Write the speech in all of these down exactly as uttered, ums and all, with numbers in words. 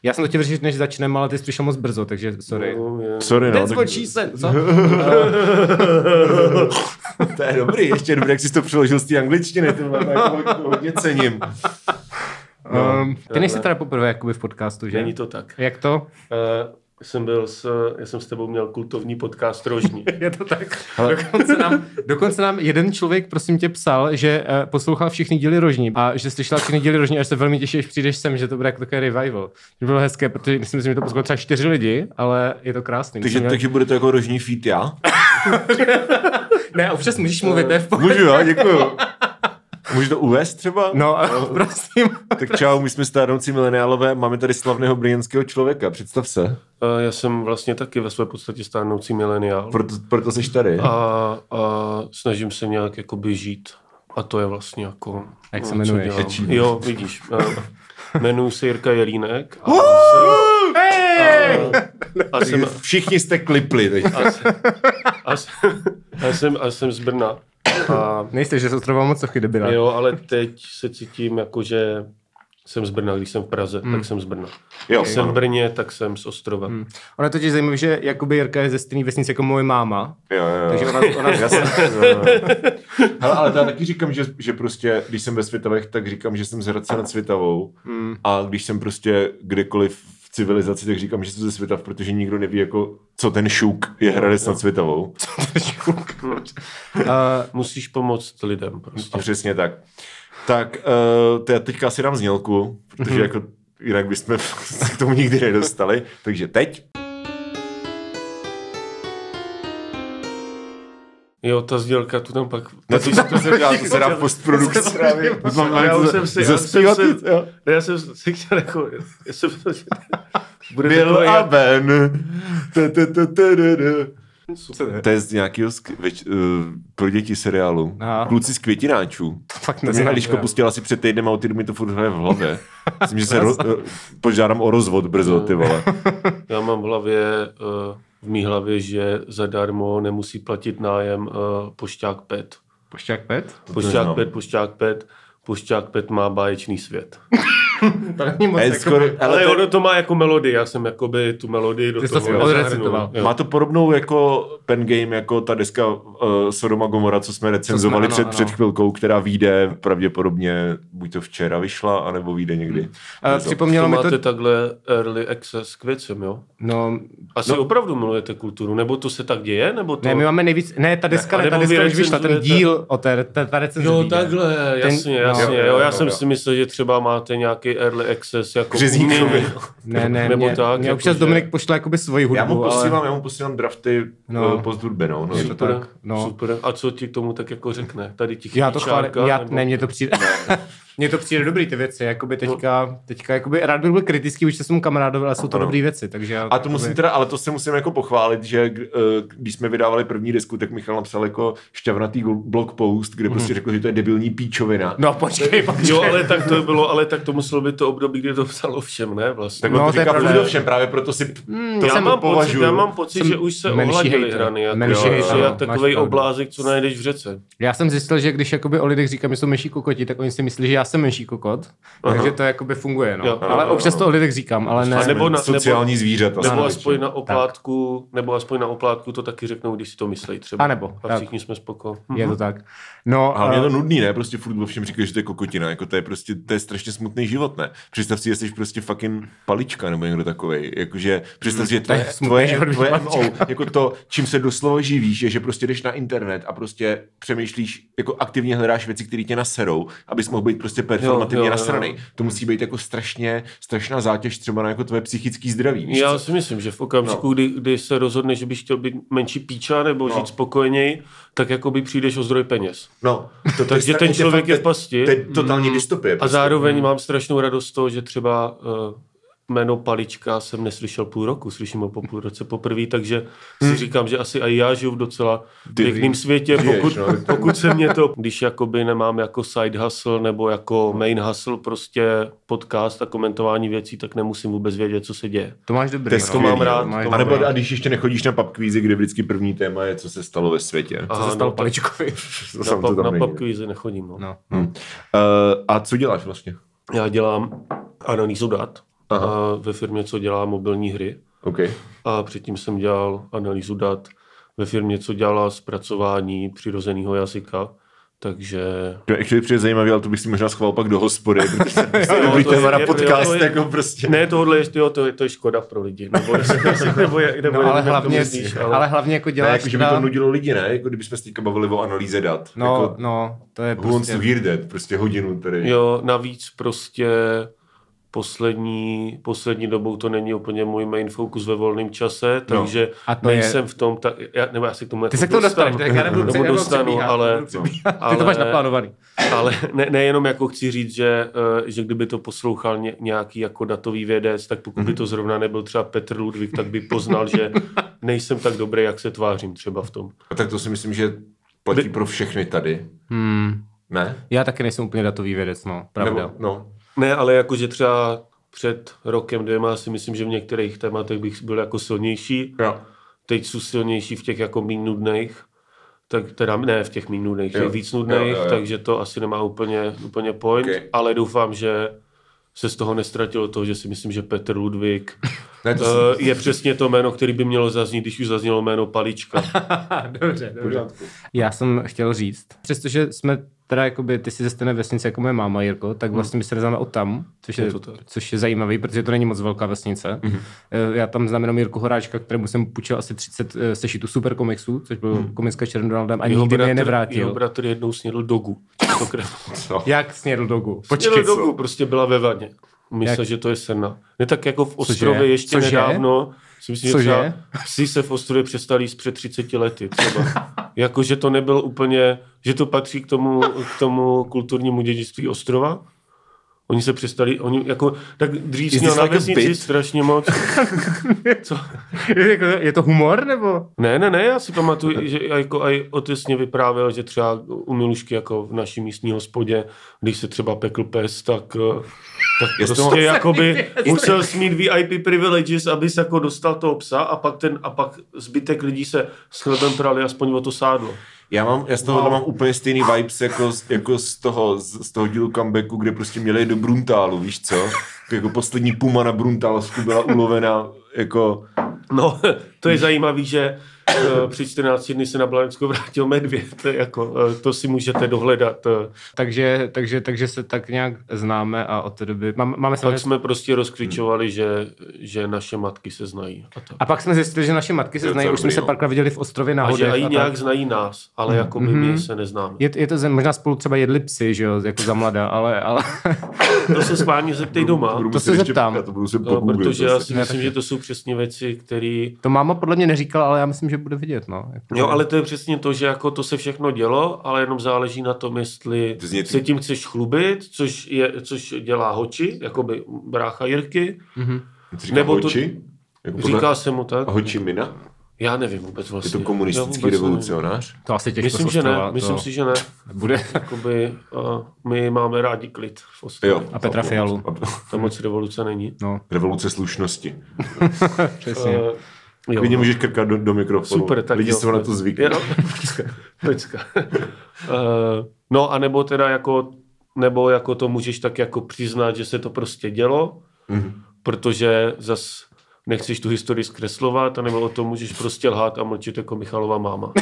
Já jsem to chtěl říct, než začneme, ale ty jsi přišel moc brzo, takže sorry. No, sorry, no. That's what she said, co? To je dobrý, ještě dobrý, jak jsi to přeložil z té angličtiny, to hodně cením. No. Um, ty nejsi teda poprvé jakoby v podcastu, že? Není to tak. Jak to? Uh, jsem byl s, já jsem s tebou měl kultovní podcast Rožní. Je to tak. Dokonce nám, dokonce nám jeden člověk, prosím tě, psal, že uh, poslouchal všechny díly Rožní a že slyšel všechny díly Rožní a že se velmi těší, až přijdeš sem, že to bude jako takový revival. To bylo hezké, protože myslím, že to poslouchalo třeba čtyři lidi, ale je to krásný. Takže, takže bude to jako Rožní feat já? Ne, občas můžeš mluvit, to je v pohodě. Můžu, jo, děkuju. Můžu to uvést třeba? No, no. Prosím. Tak čau, my jsme stárnoucí mileniálové, máme tady slavného brněnského člověka, představ se. Uh, já jsem vlastně taky ve své podstatě stárnoucí mileniál. Proto, proto jsi tady. A, a snažím se nějak jakoby žít. A to je vlastně jako... Jak se no, jmenuješ? Jo, vidíš. Uh, jmenuji se Jirka Jelínek. A, Uh, jsem, a, a jsem... Všichni jste klipli teď. A, jsem, a, jsem, a, jsem, a jsem z Brna. A, Nejste, že se ostroval moc sochy, debila. jo, ale teď se cítím jako, že jsem z Brna. Když jsem v Praze, hmm. tak jsem z Brna. Jo, Když jsem v Brně, tak jsem z Ostrova. Hmm. Ono je totiž zajímavé, že jakoby Jirka je ze stejné vesnice jako moje máma. Jo, jo, jo. Takže ona... ona... Hele, ale já taky říkám, že, že prostě, když jsem ve Svitavech, tak říkám, že jsem z Hradce nad Svitavou. Hmm. A když jsem prostě kdekoliv v civilizaci, tak říkám, že jsem ze Svitav, protože nikdo neví, jako, co ten šuk je Hradec nad Svitavou. Co ten šuk? Hmm. Uh, musíš pomoct lidem prostě. A přesně tak. Tak uh, to já teďka asi dám znělku, protože mm-hmm. jako jinak bychom se k tomu nikdy nedostali. Takže teď. Jo, ta sdělka, tu tam pak... No to, to, to, se dá, to se dá v postprodukci. Já už jsem si... Já jsem si chtěl jako... Já jsem si... Byl a Ben. To je z nějakého več, uh, pro děti seriálu. Aha. Kluci z Květináčů. Fakt to mě Eliška pustila asi před týdnem a od té doby to furt hraje v hlavě. Myslím, že se ro, uh, požádám o rozvod brzo, ty vole. Já mám v hlavě, uh, v mý hlavě, že zadarmo nemusí platit nájem uh, Pošťák Pet. Pošťák Pet? Pošťák Pet, Pošťák Pet. Pošťák Pet má báječný svět. To není moc jako... skoro, ale ale to... ono to má jako melodii, já jsem jakoby tu melodii do Ty toho odrecitoval. Má to podobnou jako pen game, jako ta deska uh, Sodoma Gomora, co jsme recenzovali co jsme, ano, před, ano. před chvilkou, která vyjde pravděpodobně, buď to včera vyšla, anebo vyjde někdy. Hmm. Uh, připomnělo to mi máte to... takhle early access k věcem, jo? No, Asi no. opravdu milujete kulturu, nebo to se tak děje, nebo to... Ne, my máme nejvíc... Ne, ta deska, ne, ne ta deska už vyšla, ten díl o té, ta, ta recenze Jo, vyjde. takhle, jasně, ten, jasně, no, jo, já jo, jsem jo. si myslel, že třeba máte nějaký early access jako Březníkovi. Ne, ne, nebo mě, tak, mě jako občas že... Dominik pošle jakoby svoji hudbu, Já mu posílám, ale... já mu posílám drafty no. uh, post hudby, no. no Super, tak, no. super. A co ti k tomu tak jako řekne? Tady ti chybí Já to chválím, já, nebo... ne, mně to přijde... Mně to přijde dobrý ty věci, jakoby teďka, teďka jakoby, rád bych byl kritický už se svému kamarádovi, ale jsou to ano. dobrý věci, takže já... A to musím teda, ale to se musím jako pochválit, že když jsme vydávali první desku, tak Michal napsal jako šťavnatý blog post, kde prostě řekl, že to je debilní píčovina. No počkej, počkej. Jo, ale tak to bylo, ale tak to muselo být to období, kdy to psalo všem, ne vlastně. Tak no, on to říká pravda. všem, právě proto si hmm, to já, jsem mám považuji. pocit, já mám pocit, že už se ohladily hrany, jako, menší jo, hejter, že no, jak takovej oblázek, co najdeš v řece. Já jsem zjistil, že když jakoby o lidech říkám, že jsou menší kokoti, tak oni si myslí, že já jsem menší kokot. Aha. Takže to jakoby funguje, no. Jo, ale jo, občas to o lidech říkám, ale ne. A nebo na, sociální nebo, zvířata. Nebo aspoň na oplátku, tak. nebo aspoň na oplátku to taky řeknou, když si to myslí třeba. A nebo. A všichni jsme spoko. Je to tak. No, ale uh, je to nudný, ne? Prostě furt o všem říkáš, že to je kokotina, jako to je prostě, to je strašně smutný život, ne? Představ si, že jsi prostě fucking palička nebo někdo takovej, jakože představ si, že tvoje, tvoje, tvoje M O, jako to, čím se doslova živíš, je, že prostě jdeš na internet a prostě přemýšlíš, jako aktivně hledáš věci, které tě naserou, abys mohl být prostě performativně nasranej. To musí být jako strašně, strašná zátěž třeba na jako tvoje psychické zdraví. Víš Já co? si myslím, že v okamžiku, no. kdy, kdy se rozhodneš, že bys chtěl být menší píča nebo no. žít spokojeněji, tak jakoby přijdeš o zdroj peněz. No, to, takže ten člověk je v pasti. To je totální mm. dystopie. Prostě. A zároveň mm. mám strašnou radost z toho, že třeba uh, jméno Palička jsem neslyšel půl roku, slyším ho po půl roce poprvé, takže hmm. si říkám, že asi i já žiju v docela pěkným světě, pokud, no, pokud se mě to, když jakoby nemám jako side hustle nebo jako main hustle prostě podcast a komentování věcí, tak nemusím vůbec vědět, co se děje. To máš dobrý. To mám rád. A nebo a když ještě nechodíš na pub kvízy, kde vždycky první téma je, co se stalo ve světě. Co se stalo no, Paličkovi. Na, pub, na pub kvízy nechodím. No. No. Hmm. Uh, a co děláš vlastně? Já dělám analýzu dat. a ve firmě, co dělá mobilní hry. Okay. A předtím jsem dělal analýzu dat ve firmě, co dělala zpracování přirozeného jazyka. Takže... To ještě přijde zajímavé, ale to bych si možná schoval pak do hospody, protože se nový téma na podcast, je, jako prostě. Ne, tohle je, jo, to, je, to je škoda pro lidi. Nebo, nebo, je, nebo no, ale, je, hlavně, myslíš, ale... ale hlavně jako děláš... Ne, jako, že by to nudilo lidi, ne? Jako kdybychom se teďka bavili o analýze dat. No, jako, no, to je prostě... Who wants to hear that? Prostě hodinu tady. Jo, navíc prostě... Poslední, poslední dobou to není úplně můj main focus ve volném čase, takže no, nejsem je... v tom, ta, já, nebo já se k tomu Ty jako se k tomu dostaneš, tak já nebudu tomu dostanu, ale, ale... Ty to máš naplánovaný. Ale ne, nejenom jako chci říct, že, že kdyby to poslouchal ně, nějaký jako datový vědec, tak pokud by to zrovna nebyl třeba Petr Ludvík, tak by poznal, že nejsem tak dobrý, jak se tvářím třeba v tom. A tak to si myslím, že platí pro všechny tady. Hmm. Ne? Já taky nejsem úplně datový vědec, no, pravda. Nebo, no. Ne, ale jakože třeba před rokem, dvěma si myslím, že v některých tématech bych byl jako silnější. Jo. Teď jsou silnější v těch jako méně nudných. Tak teda ne v těch méně nudných, těch víc nudných, takže to asi nemá úplně, úplně point. Okay. Ale doufám, že se z toho nestratilo to, že si myslím, že Petr Ludvík ne, to uh, je přesně to jméno, který by mělo zaznít, když už zaznělo jméno Palička. Dobře, dobře. Já jsem chtěl říct, přestože jsme teda jakoby, ty jsi ze stejné vesnice jako moje máma, Jirko, tak vlastně my se neznáme od tam, což je, je což je zajímavý, protože to není moc velká vesnice. Mm-hmm. Já tam znám jenom Jirku Horáčka, kterému jsem půjčil asi třicet sešitů Super komiksů, což byl mm. komická s Donaldem a jeho nikdy bratr, mi je nevrátil. Jeho bratr jednou snědl dogu. Jak snědl dogu? Počkej, snědl dogu, prostě byla ve vaně. Myslel, že to je sena. Ne tak jako v Ostrově ještě Cože? nedávno. Si myslím, Cože? že třeba psi se v Ostrově přestali jíst před třiceti lety třeba. Jako, že to nebyl úplně, že to patří k tomu, k tomu kulturnímu dědictví Ostrova. Oni se přestali, oni jako, tak dřív měl na vesnici strašně moc. Co? Je to humor, nebo? Ne, ne, ne, já si pamatuju, že jako aj otec mě vyprávěl, že třeba u Milušky jako v naší místní hospodě, když se třeba pekl pes, tak, tak prostě jakoby musel smít V I P privileges, aby se jako dostal toho psa a pak ten, a pak zbytek lidí se s chlebem prali aspoň o to sádlo. Já mám, já z toho wow. mám úplně stejný vibes jako, jako z toho, z, z toho dílu comebacku, kde prostě měli do Bruntálu, víš co? Jako poslední puma na Bruntálsku byla ulovena jako... No, to je zajímavý, že uh, před čtrnácti dny se na Blanecko vrátil medvěd, jako, uh, to si můžete dohledat. Uh. Takže, takže, takže se tak nějak známe a od té doby... Máme, máme pak jsme prostě rozkřičovali, hmm. že, že naše matky se znají. A, tak. a pak jsme zjistili, že naše matky se znají, už jsme se párkrát viděli v Ostrově na Hodech. A že i nějak znají nás, ale jako my, mm-hmm. my se neznáme. Je, je to zem, možná spolu třeba jedli psy, že jo, jako za mladá, ale... ale... To se schválně zeptej doma. To, to se zeptám. No, protože já si myslím, že to jsou přesně věci, které... To máma podle mě neříkala, ale já myslím, že bude vidět, no. Jako... Jo, ale to je přesně to, že jako to se všechno dělo, ale jenom záleží na tom, jestli se tím chceš chlubit, což, je, což dělá Hoči, jakoby brácha Jirky. Mm-hmm. Nebo Hoči? To, jako říká podle... se mu tak. A Hoči Mina? Já nevím vůbec vlastně. Je to komunistický revolucionář? To asi těžko Myslím, že ne. To... Myslím si, že ne. Bude. Jakoby, uh, my máme rádi klid v Ostrově. A Petra Fialu. Tam moc revoluce není. No. Revoluce slušnosti. Přesně. Uh, Klidně můžeš krkat do, do mikrofonu. Super, tak lidi se na to zvykli. Počka. uh, no a nebo teda jako, nebo jako to můžeš tak jako přiznat, že se to prostě dělo, mm-hmm. protože zas nechceš tu historii zkreslovat, anebo o tom můžeš prostě lhát a mlčet jako Michalova máma.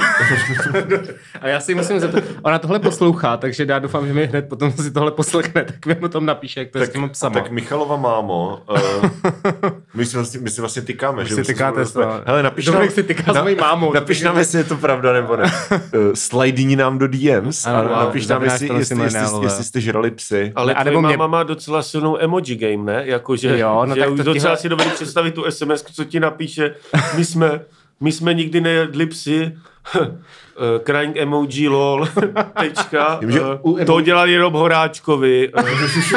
A já si musím zeptat, ona tohle poslouchá, takže já doufám, že mi hned potom si tohle poslechne, tak mi o tom napíše, jak to tak, je s těma psama. Tak Michalova mámo, uh, my, si vlastně, my si vlastně tykáme. My že si tykáte s to. Hele, napiš nám, Dominik si tyká na, s mojí mámou. Napiš nám, jestli je to pravda, nebo ne. Uh, slidini nám do D Ms ano, a napiš nám, jestli, jestli, jestli, jestli jste žrali psy. Ale tvoje máma mě... má docela silnou emoji game, ne? Jakože, jo, no že tak už to docela tihle... si dovedu představit tu es em es, co ti napíše, my jsme, my jsme nikdy nejedli psy, crying emoji lol, tečka, uh, to dělal jenom Horáčkovi, uh,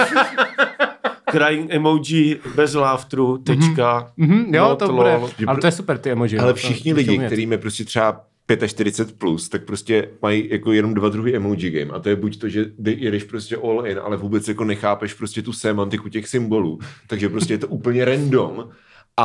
crying emoji bez láftru, tečka, mm-hmm, jo, to bude, ale to je super ty emoji. Ale všichni lidi, kterým je prostě třeba čtyřicet pět plus, tak prostě mají jako jenom dva druhy emoji game a to je buď to, že jedeš prostě all in, ale vůbec jako nechápeš prostě tu semantiku těch symbolů, takže prostě je to úplně random. A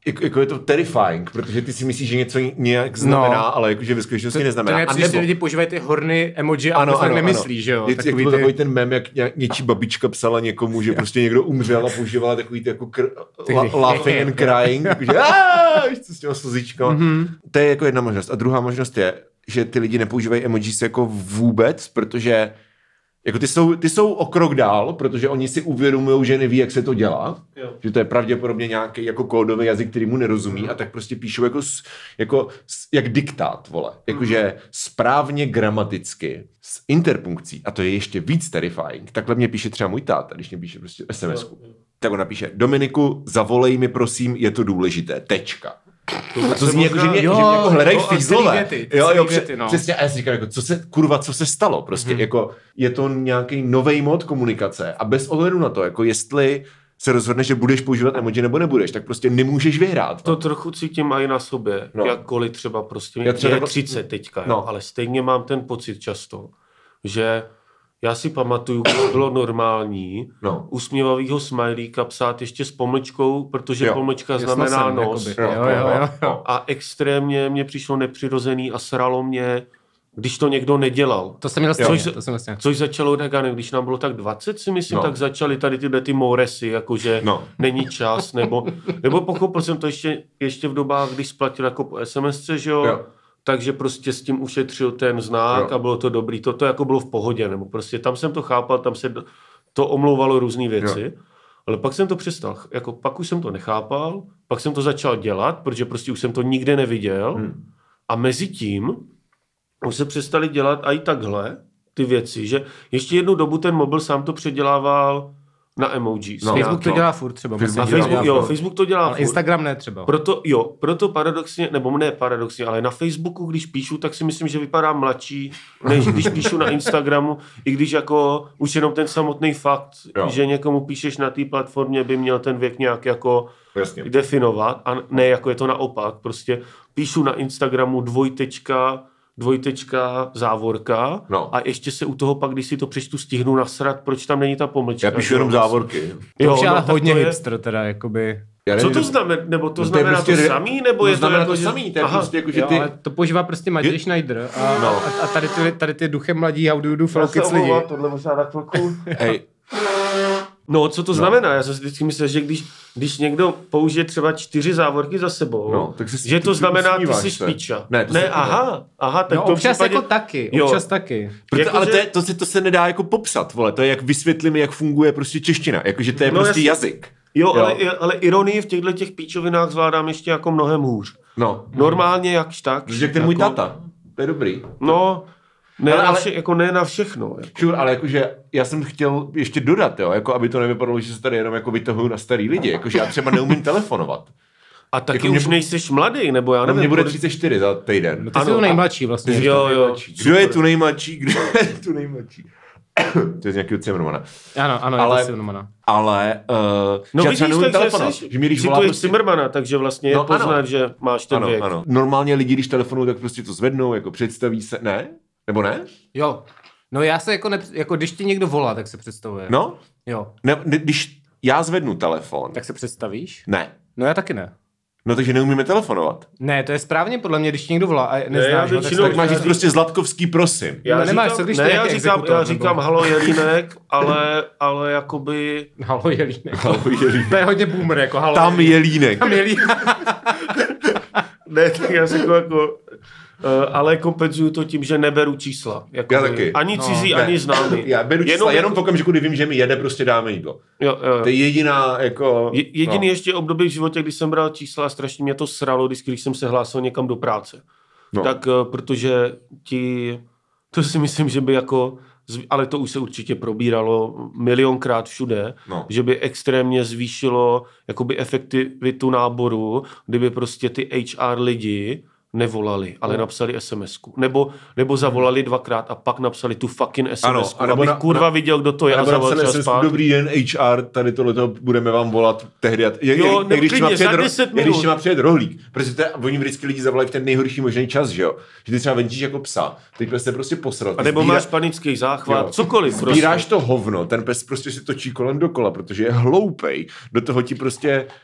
jako, jako je to terrifying, protože ty si myslíš, že něco nějak znamená, no. ale jakože ve skutečnosti to, neznamená. To je, když lidi používají ty horny emoji a ano, to tak ano, nemyslí, ano. že jo? Je, takový, jak ty... takový ten mem, jak ně, něčí babička psala někomu, že prostě někdo umřel a používala takový ty jako kr- la, laughing and crying, jakože aaaah, co s těma slzičkama. Mm-hmm. To je jako jedna možnost. A druhá možnost je, že ty lidi nepoužívají emojis jako vůbec, protože jako ty jsou, ty jsou o krok dál, protože oni si uvědomují, že neví, jak se to dělá, jo. Že to je pravděpodobně nějaký jako kódový jazyk, který mu nerozumí mm. a tak prostě píšou jako, jako jak diktát, vole. Jakože mm. správně gramaticky, s interpunkcí, a to je ještě víc terrifying. Takhle mě píše třeba můj táta, když mě píše prostě es em esku. Jo, jo. Tak on napíše, Dominiku, zavolej mi prosím, je to důležité, tečka. To, to zní jako, že mě, jo, že mě jako hledají fízlové. Jo, jo, věty, no. Přesně, a já si říkám, jako, co se, kurva, co se stalo? Prostě, mm-hmm. jako, je to nějaký novej mod komunikace a bez ohledu na to, jako jestli se rozhodneš, že budeš používat emoji nebo nebudeš, tak prostě nemůžeš vyhrát. To trochu cítím i na sobě, no. Jakkoliv třeba prostě, já třeba je třicet teďka, no. Ale stejně mám ten pocit často, že já si pamatuju, když bylo normální no. usměvavýho smajlíka psát ještě s pomlčkou, protože jo. pomlčka znamená jsem, nos. Jo, jo, jo, jo. A extrémně mě přišlo nepřirozený a sralo mě, když to někdo nedělal. To jsem měl stejně. Což, to jsem vlastně. což začalo, tak, nevím, když nám bylo tak dvacet, si myslím, no. tak začaly tady tyhle ty moresy, jakože no. není čas, nebo, nebo pochopil jsem to ještě, ještě v dobách, když splatil jako po es em esce, že jo? jo. Takže prostě s tím ušetřil ten znak jo. a bylo to dobrý. Toto jako bylo v pohodě, nebo prostě tam jsem to chápal, tam se to omlouvalo různý věci, jo. ale pak jsem to přestal, jako pak už jsem to nechápal, pak jsem to začal dělat, protože prostě už jsem to nikde neviděl hmm. a mezi tím už se přestali dělat i takhle ty věci, že ještě jednu dobu ten mobil sám to předělával na emojis. No, Facebook to dělá furt třeba. Facebook, Facebook, jo, Facebook to dělá ale furt. Instagram ne třeba. Proto, jo, proto paradoxně, nebo ne paradoxně, ale na Facebooku, když píšu, tak si myslím, že vypadá mladší, než když píšu na Instagramu, i když jako už jenom ten samotný fakt, jo. že někomu píšeš na té platformě, by měl ten věk nějak jako Jasně. definovat a ne jako je to naopak. Prostě píšu na Instagramu dvojtečka, dvojtečka, závorka no. a ještě se u toho pak, když si to přečtu, stihnu nasrat, proč tam není ta pomlčka. Já píšu jenom závorky. To jo, už je ale no, hodně je... hipster teda, jakoby. Já nevím, co to znamená? Nebo to no, znamená to, prostě, to samý? Nebo je to znamená jako, to že... samý? To je prostě jako, že ty... Jo, ale to používá prostě Matěj Schneider a, no. a, a tady, ty, tady ty duchem mladí how do you do fellow kids lidi. Tohle možná na chvilku. Hej. No, co to no. znamená? Já jsem si vždycky myslel, že když, když někdo použije třeba čtyři závorky za sebou, no, tak že to znamená, ty jsi špiča. Ne, ne aha, aha, tak no, to občas případě... jako taky, občas jo. taky. Proto, jako, ale že... to, je, to, se, to se nedá jako popsat, vole, to je jak vysvětlíme, jak funguje prostě čeština, jakože to je no, prostě jasný. jazyk. Jo, jo. Ale, ale ironii v těchto těch píčovinách zvládám ještě jako mnohem hůř. No. Normálně jakž tak. Protože ten můj tata, to je dobrý. No, ne, ale, na vše, jako ne na všechno. Jako. Sure, ale jakože já jsem chtěl ještě dodat, jo, jako aby to nevypadalo, že se tady jenom jako vytahuju na starý lidi, jakože já třeba neumím telefonovat. A taky jako už mě, nejseš mladý, nebo já nevím. Mně bude třicet čtyři za týden. No ty jsi tu nejmladší vlastně. Jo, jo. Kdo je tu nejmladší? Kdo je tu nejmladší? To je z nějakého Cimrmana. Ano, ano, ale, je to Cimrmana. Ale, uh, no že vidíš, takže telefonovat, že mi když volá prostě... Cimrmana, takže vlastně je no, poznat, ano. že máš ten ano, věk. Ano. Normálně lidi, když telefonují, tak prostě to zvednou, jako představí se, ne? Nebo ne? Jo. No já se jako, ne, jako když ti někdo volá, tak se představuje. No? Jo. Ne, ne, když já zvednu telefon. Tak se představíš? Ne. No já taky ne. No takže neumíme telefonovat. Ne, to je správně podle mě, když někdo volá a neznáš ne, ho, tak, tak máš říct prostě Zlatkovský, prosím. Já no, nemáš, říkám, co když ne, to já říkám, exekutor, já říkám nebo... halo Jelínek, ale, ale jakoby... Halo Jelínek. Halo Jelínek. To je hodně boomer, jako halo Tam Jelínek. Tam Jelínek. Ne, tak já řeknu jako... Uh, ale kompenzuju to tím, že neberu čísla. Jako já taky. Ani cizí, no, ani ne. známý. Já beru čísla jenom, jenom v okamžiku, kdy vím, že mi jede, prostě dáme jídlo. Jo, jo. To je jediná, jako... Je, jediný no. ještě období v životě, kdy jsem bral čísla a strašně mě to sralo, když, když jsem se hlásil někam do práce. No. Tak uh, protože ti... To si myslím, že by jako... Ale to už se určitě probíralo milionkrát všude, no. že by extrémně zvýšilo jakoby efektivitu náboru, kdyby prostě ty há er lidi nevolali, ale no. napsali es em esku. Nebo, nebo zavolali dvakrát a pak napsali tu fucking es em esku. Ano, abych na, kurva na, viděl, kdo to je a zavolal třeba zpátky. Dobrý den, há er, tady tohleto budeme vám volat tehdy. Je, jo, je, když klidně, za deset minut. Když má přijet rohlík. Protože to, oni vždycky lidi zavolají v ten nejhorší možný čas, že jo? Že ty třeba venčíš jako psa, teď pes se prostě posral. A nebo zbíra... máš panický záchvat, jo. cokoliv. Sbíráš prostě. to hovno, ten pes prostě si točí kolem dokola, protože je hloupej. Do toho ti prostě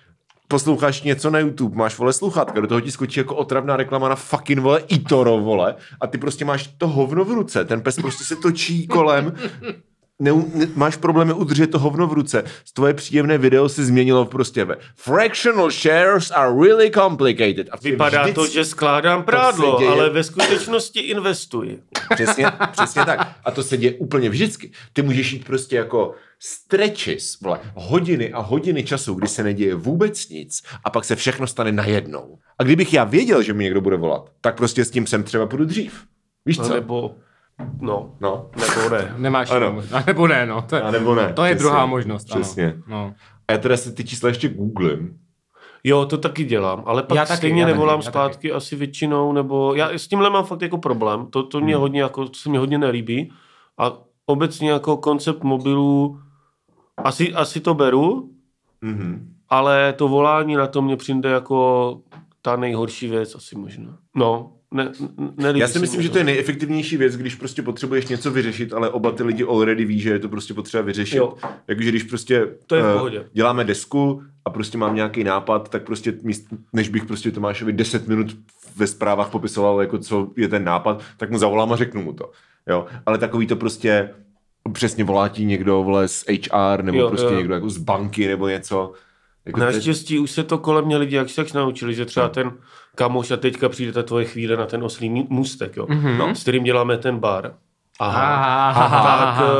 posloucháš něco na YouTube, máš, vole, sluchátka, do toho ti skočí jako otravná reklama na fucking, vole, eToro, vole, a ty prostě máš to hovno v ruce, ten pes prostě se točí kolem, ne, ne, máš problémy udržet to hovno v ruce, tvoje příjemné video se změnilo prostě ve fractional shares are really complicated. A vypadá vždycky, to, že skládám prádlo, děje, ale ve skutečnosti investuji. Přesně, přesně tak. A to se děje úplně vždycky. Ty můžeš jít prostě jako stretches, vole, hodiny a hodiny času, kdy se neděje vůbec nic a pak se všechno stane najednou. A kdybych já věděl, že mi někdo bude volat, tak prostě s tím sem třeba půjdu dřív. Víš co? Nebo No, no. Nebo ne. Nemáš ano. A nebo ne, no. To je, a nebo ne. To je druhá možnost. Přesně. Ano. No. A já teda si ty čísla ještě googlím. Jo, to taky dělám, ale pak já taky, stejně já nevolám taky, zpátky taky. Asi většinou, nebo já s tímhle mám fakt jako problém. To, to mě hmm. hodně, jako, to se mě hodně nelíbí. A obecně jako koncept mobilů asi, asi to beru, hmm. ale to volání na to mě přijde jako ta nejhorší věc asi možná. No. Ne, ne, Já si myslím, že to je nejefektivnější věc, když prostě potřebuješ něco vyřešit, ale oba ty lidi already ví, že je to prostě potřeba vyřešit. Jakože když prostě to je v pohodě. Uh, děláme desku a prostě mám nějaký nápad, tak prostě míst, než bych prostě Tomášovi deset minut ve zprávách popisoval, jako co je ten nápad, tak mu zavolám a řeknu mu to. Jo? Ale takový to prostě přesně volá ti někdo, vole, z H R nebo jo, prostě jo. někdo jako z banky nebo něco. Jako naštěstí teď... už se to kolem mě lidi jak se tak naučili, že třeba ten kamoš a teďka přijde ta tvoje chvíle na ten oslý můstek, jo, mm-hmm. no, s kterým děláme ten bar. Aha. Aha. Aha. Tak,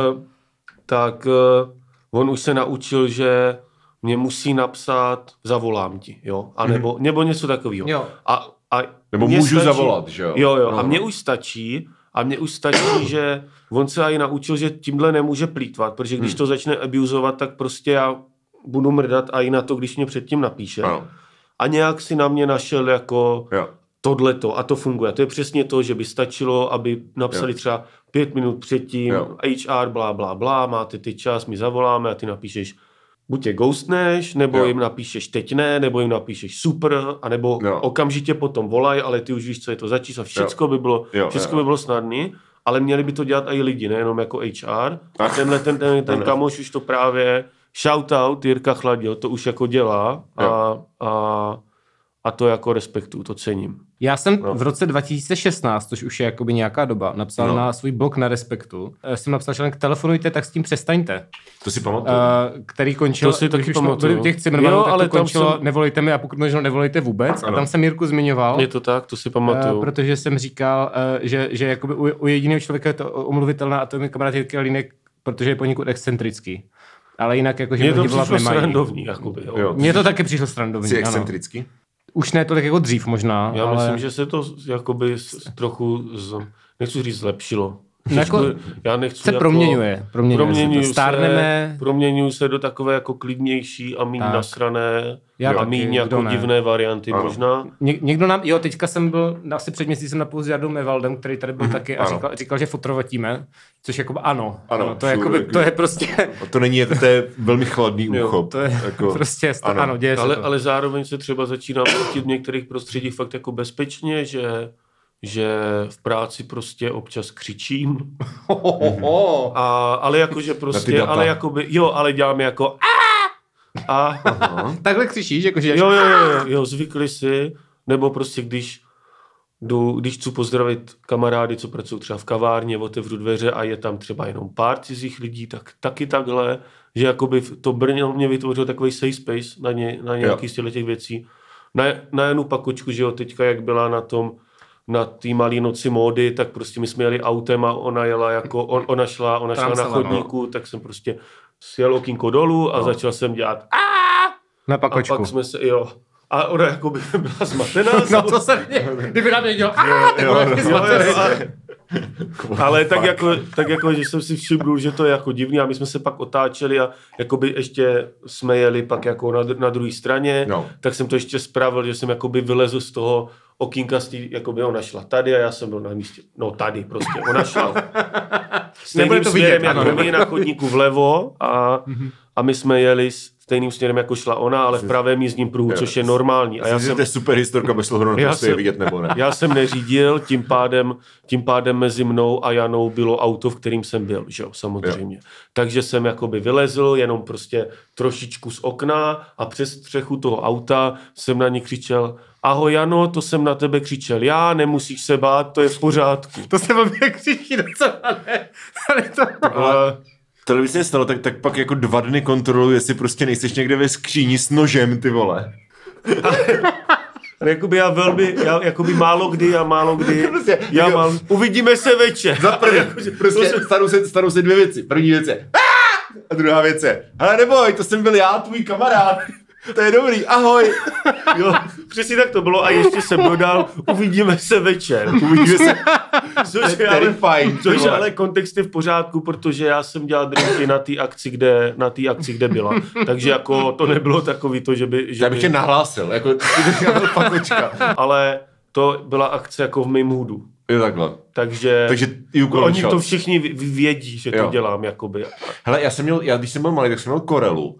tak on už se naučil, že mě musí napsat zavolám ti, jo, a nebo, mm-hmm. nebo něco takového. Jo. A, a nebo můžu stačí, zavolat, že jo. Jo, jo, no. A mně už stačí, a mně už stačí, že on se i naučil, že tímhle nemůže plýtvat, protože když hmm. to začne abuzovat, tak prostě já budu mrdat a i na to, když mě předtím napíše. No. A nějak si na mě našel jako jo. tohleto a to funguje. To je přesně to, že by stačilo, aby napsali jo. třeba pět minut předtím, jo. H R, blá, blá, blá, máte ty čas, my zavoláme a ty napíšeš, buď je ghostneš, nebo jo. jim napíšeš teď ne, nebo jim napíšeš super, anebo jo. okamžitě potom volaj, ale ty už víš, co je to za číslo. Všecko by bylo, jo. všecko by bylo snadný, ale měli by to dělat i lidi, nejenom jako H R. A tenhle ten, ten, ten kamoš už to právě shoutout Jirka Chladil, to už jako dělá a, a, a to jako respektuju, to cením. Já jsem no. v roce dva tisíce šestnáct, což už je jakoby nějaká doba, napsal no. na svůj blog na Respektu. Jsem napsal článek telefonujte, tak s tím přestaňte. To si pamatuju. Uh, který končil, to si taky pamatuju. Těch Cimrmanů, tak to končilo, jsem... nevolejte mi a pokud možno nevolejte vůbec. Ano. A tam jsem Jirku zmiňoval. Je to tak, to si pamatuju. Uh, protože jsem říkal, uh, že, že jakoby u, u jediného člověka je to omluvitelná a to je mi kamarád Jirky Línek, protože je poněkud excentrický. Ale jinak jakože mně to přišlo srandovní, jakoby. Jo. Mně to taky přišlo srandovní. Jsi excentrický? Už ne tolik jako dřív možná. Já ale... myslím, že se to jakoby trochu, z, nechci říct zlepšilo. Jako, já nechci se jako, proměňuje. Proměňuje proměňuju se. Stárneme. Se, proměňuju se do takové jako klidnější a méně nasrané já a méně jako divné varianty ano. možná. Ně, někdo nám, jo, teďka jsem byl, asi před měsícem na půl s Jardou Mevaldem, který tady byl mm, taky a říkal, říkal, že fotrovatíme, což jako ano. Ano, ano to, je jakoby, to je prostě... To není, to je velmi chladný úchop. To je jako, prostě, ano, ano děje ale, se to. Ale zároveň se třeba začíná cítit v některých prostředích fakt jako bezpečně, že že v práci prostě občas křičím. A, ale jakože prostě, ale jakoby, jo, ale dělám jako a takhle křičíš, jakože jo, jo, jo, jo, zvykli si, nebo prostě když jdu, když chci pozdravit kamarády, co pracují třeba v kavárně, otevřu dveře a je tam třeba jenom pár cizích lidí, tak taky takhle, že jakoby to Brně mě vytvořilo takový safe space na, ně, na nějaký z těch věcí. Na, na jednu pakočku, že jo, teďka jak byla na tom na té malé noci módy, tak prostě my jsme jeli autem a ona jela jako, on, ona šla, ona šla na chodníku, no. tak jsem prostě sjel okýnko dolů a no. začal jsem dělat aaa! Na pakočku. A pak jsme se, jo. A ona jako by byla zmatená. No to se mě, kdyby nám dělal aaa, tak byla taky zmatená. Ale tak jako, tak jako, že jsem si všiml, že to je jako divný a my jsme se pak otáčeli a jakoby ještě jsme jeli pak jako na, na druhé straně, no. tak jsem to ještě spravil, že jsem jakoby vylezl z toho okýnka, jakoby ona šla tady a já jsem byl na místě, no tady prostě, ona šla stejným směrem jako my na chodníku vlevo a, a my jsme jeli stejným směrem, jako šla ona, ale v pravém jízdním pruhu, což je normální. A já jsem... To je super historka, bez ohledu na to, jestli je vidět nebo ne. Já jsem neřídil, tím pádem, tím pádem mezi mnou a Janou bylo auto, v kterým jsem byl, že jo, samozřejmě. Jo. Takže jsem jakoby vylezl, jenom prostě trošičku z okna a přes střechu toho auta jsem na ní křičel: ahoj Jano, to jsem na tebe křičel já, nemusíš se bát, to je v pořádku. To se vám křičí docela, ne? Ale to... Ale... Tohle by se stalo, tak, tak pak jako dva dny kontroluji, jestli prostě nejseš někde ve skříni s nožem, ty vole. Ale jakoby já velmi, já jakoby málo kdy, já málo kdy, prostě, já jako, mám, uvidíme se večer. Za první, prostě se... stanou, se, stanou se dvě věci. První věc je a druhá věc je, hele neboj, to jsem byl já, tvůj kamarád. To je dobrý, ahoj. Jo, přesně tak to bylo a ještě jsem dodal, uvidíme se večer. Uvidíme se. Což je ale fajn. Což ale kontext je v pořádku, protože já jsem dělal drinky na té akci, kde, na té akci, kde byla. Takže jako to nebylo takový to, že by... Že já bych by... tě nahlásil, jako pakočka. Ale to byla akce jako v mém hoodu. Je takhle. Takže, Takže oni to všichni vědí, že to jo. dělám, jakoby. Hele, já jsem měl, já když jsem byl malý, tak jsem měl Corelu.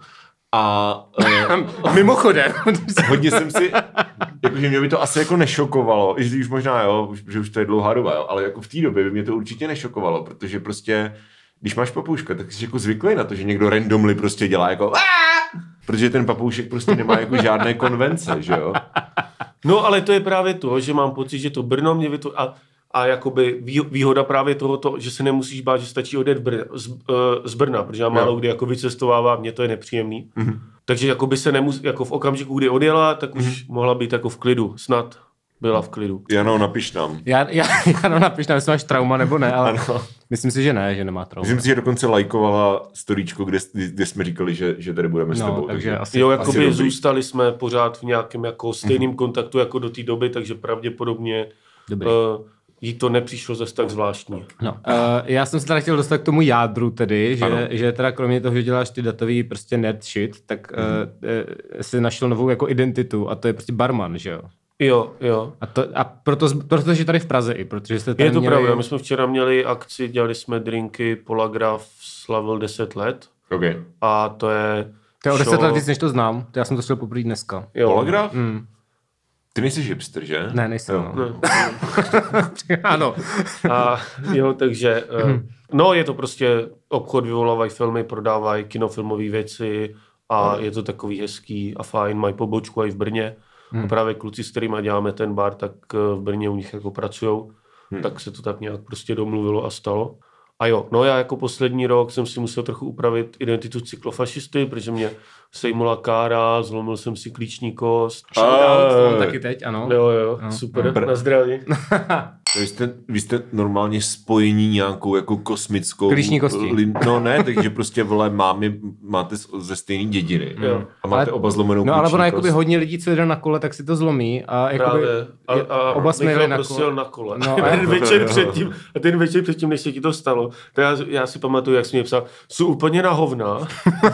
A uh, mimochodem hodně jsem si, jakože mě by to asi jako nešokovalo, i už možná jo, už, že už to je dlouhá doba, jo, ale jako v té době by mě to určitě nešokovalo, protože prostě, když máš papouška, tak jsi jako zvyklý na to, že někdo randomly prostě dělá jako aaa! Protože ten papoušek prostě nemá jako žádné konvence, že jo. No ale to je právě to, že mám pocit, že to Brno mě vytvoří a A jakoby výhoda právě tohoto, že se nemusíš bát, že stačí odjet Br- z, uh, z Brna, protože já málo kdy jako vycestovávám, mně to je nepříjemný. Mm-hmm. Takže jakoby se nemus, jako v okamžiku, kdy odjela, tak už mm-hmm. mohla být jako v klidu, snad byla v klidu. Jano, napiš nám. Já, já, Jano, napiš nám, jestli máš trauma nebo ne, ale ano. Myslím si, že ne, že nemá trauma. Myslím si, že dokonce lajkovala storíčko, kde, kde jsme říkali, že, že tady budeme s no, tebou. Takže asi, jo, jakoby asi zůstali jsme pořád v nějakém jako stejným mm-hmm. kontaktu jako do té doby, takže pravděpodobně uh, jí to nepřišlo zase tak zvláštní. No. Uh, já jsem se teda chtěl dostat k tomu jádru tedy, že, že teda kromě toho, že děláš ty datový prostě nerd shit, tak uh, uh, jsi našel novou jako identitu a to je prostě barman, že jo? Jo, jo. A, to, a proto, protože tady v Praze i, protože jste tady je to měli... pravda, my jsme včera měli akci, dělali jsme drinky, Polagraf slavil deset let. Okay. A to je... To je o deset let víc, než to znám. To já jsem to šel poprvé dneska. Jo. Polagraf? Mm. Ty nejsi hipster, že? Ne, nejsem. Jo. No. Ano. A jo, takže... Uh, no, je to prostě obchod, vyvolávají filmy, prodávají kinofilmové věci a je to takový hezký a fajn, mají pobočku i v Brně. Hmm. A právě kluci, s kterými děláme ten bar, tak v Brně u nich jako pracujou. Hmm. Tak se to tak nějak prostě domluvilo a stalo. A jo, no já jako poslední rok jsem si musel trochu upravit identitu cyklofašisty, protože mě sejmula kára, zlomil jsem si klíční kost. Shoutout, taky teď, ano. Jo, jo, no, super, no. Na zdraví. Vy jste, vy jste normálně spojení nějakou jako kosmickou... Klíční kosti. Li, no ne, takže prostě vole, mámy, máte ze stejné dědiny. Jo. A máte ale, oba zlomenou no ale ono jakoby kost. hodně lidí, co jede na kole, tak si to zlomí. A jakoby a, a oba jsme jeli na kole. na kole. No, a ten večer předtím, a ten večer předtím, než se ti to stalo, tak já, já si pamatuju, jak jsi mě psal, jsou úplně na hovna.